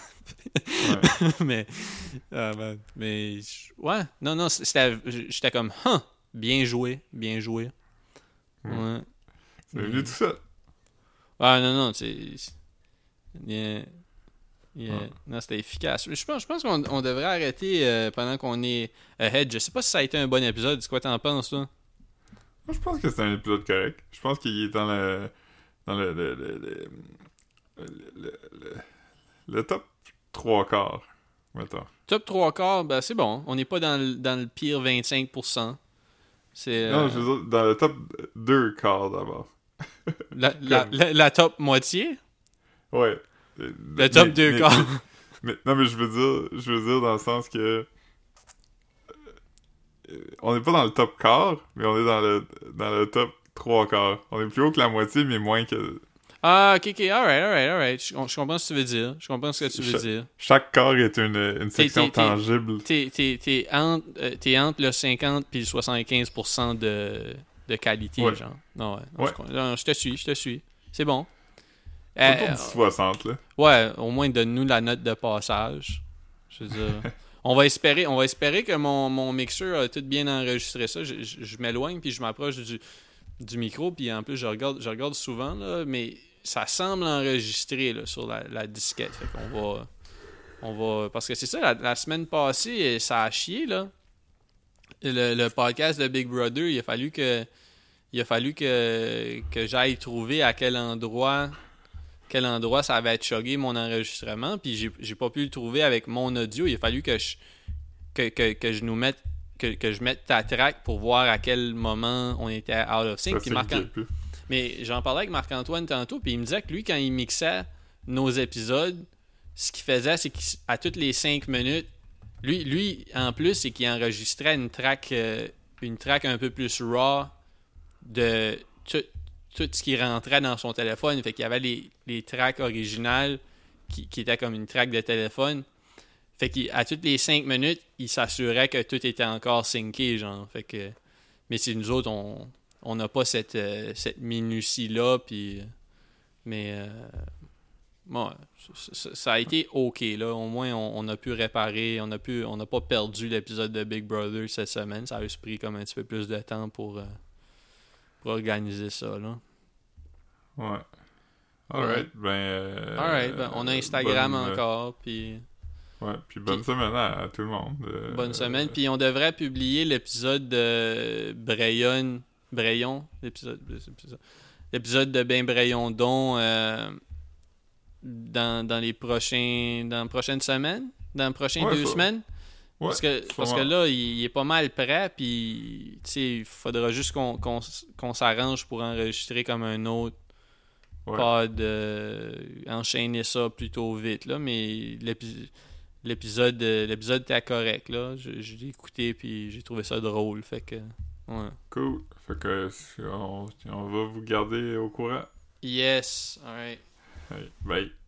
B: ouais.
A: mais, ah, man. mais, ouais, non, non, c'était, j'étais comme, huh, bien joué, bien joué.
B: Mm.
A: Ouais.
B: C'est
A: Mais-
B: venu tout ça.
A: Ah, non, non, c'est. Yeah. Yeah.
B: Ouais.
A: Non, c'était efficace. Je pense, je pense qu'on on devrait arrêter euh, pendant qu'on est ahead. Je sais pas si ça a été un bon épisode. C'est quoi t'en penses, toi?
B: Moi, je pense que c'est un épisode correct. Je pense qu'il est dans le. Dans le. Le, le, le, le, le- le- le top trois quarts, mettons.
A: Top trois quarts, ben c'est bon. On n'est pas dans le, dans le pire vingt-cinq pour cent. C'est euh,
B: Non, je veux dire, dans le top deux quarts d'abord.
A: la, la, la, la top moitié.
B: Ouais.
A: Le top deux quarts.
B: Mais, non, mais je veux dire, je veux dire dans le sens que. euh, On n'est pas dans le top quart, mais on est dans le, dans le top trois quarts. On est plus haut que la moitié, mais moins que.
A: Ah, ok, ok, alright, alright, alright. Je, je comprends ce que tu veux dire. Je comprends ce que tu veux
B: Chaque-
A: dire.
B: Chaque quart est une, une section
A: t'es- t'es-
B: tangible.
A: T'es, t'es, t'es, entre, euh, t'es entre le cinquante puis le soixante-quinze pour cent de, de qualité,
B: Ouais.
A: genre. Non, ouais. Non,
B: Ouais.
A: je, non, je te suis, je te suis. C'est bon.
B: Pas
A: Euh,
B: autour du soixante, là.
A: ouais, au moins donne-nous la note de passage. Je veux dire. On va espérer, on va espérer que mon, mon mixeur a tout bien enregistré ça. Je, je, je m'éloigne puis je m'approche du, du micro puis en plus je regarde, je regarde souvent là, mais ça semble enregistrer là, sur la, la disquette. Fait qu'on va, on va, parce que c'est ça la, la semaine passée ça a chié là. Le, le podcast de Big Brother, il a fallu que, il a fallu que que j'aille trouver à quel endroit. quel endroit ça avait chuggé mon enregistrement, puis j'ai, j'ai pas pu le trouver avec mon audio. Il a fallu que je, que, que, que je nous mette que, que je mette ta track pour voir à quel moment on était out of sync.
B: Ça,
A: Puis
B: c'est
A: Marc-
B: le plus.
A: Mais j'en parlais avec Marc-Antoine tantôt, puis il me disait que lui, quand il mixait nos épisodes, ce qu'il faisait, c'est qu'à toutes les cinq minutes, lui, lui en plus, c'est qu'il enregistrait une track, euh, une track un peu plus raw de tout, tout ce qui rentrait dans son téléphone. Fait qu'il y avait les, les tracks originales qui, qui étaient comme une track de téléphone. Fait qu'à toutes les cinq minutes, il s'assurait que tout était encore synché, genre. Fait que... Mais si nous autres, on on n'a pas cette, euh, cette minutie-là, puis... Mais... euh, Ouais, ça, ça a été OK, là. Au moins, on, on a pu réparer. On a pu, on n'a pas perdu l'épisode de Big Brother cette semaine. Ça a juste pris comme un petit peu plus de temps pour, euh, pour organiser ça, là.
B: Ouais. Alright, ben... Euh,
A: Alright, ben on a Instagram
B: bonne,
A: encore, puis...
B: Ouais, puis bonne
A: puis,
B: semaine à, à tout le monde. Euh,
A: bonne semaine, puis on devrait publier l'épisode de Brayon... Brayon? L'épisode... L'épisode de Ben Brayon Don euh, dans, dans les prochains... Dans les prochaines semaines? Dans les prochaines
B: ouais,
A: deux
B: ça,
A: semaines?
B: ouais,
A: Parce que, parce que là, il, il est pas mal prêt, puis il faudra juste qu'on, qu'on, qu'on s'arrange pour enregistrer comme un autre
B: ouais.
A: pod, euh, enchaîner ça plutôt vite, là, mais l'épi- l'épisode l'épisode était correct, là. Je, je l'ai écouté, puis j'ai trouvé ça drôle, fait que, ouais.
B: Cool. Fait que on, on va vous garder au courant.
A: Yes, alright.
B: Hey, bye.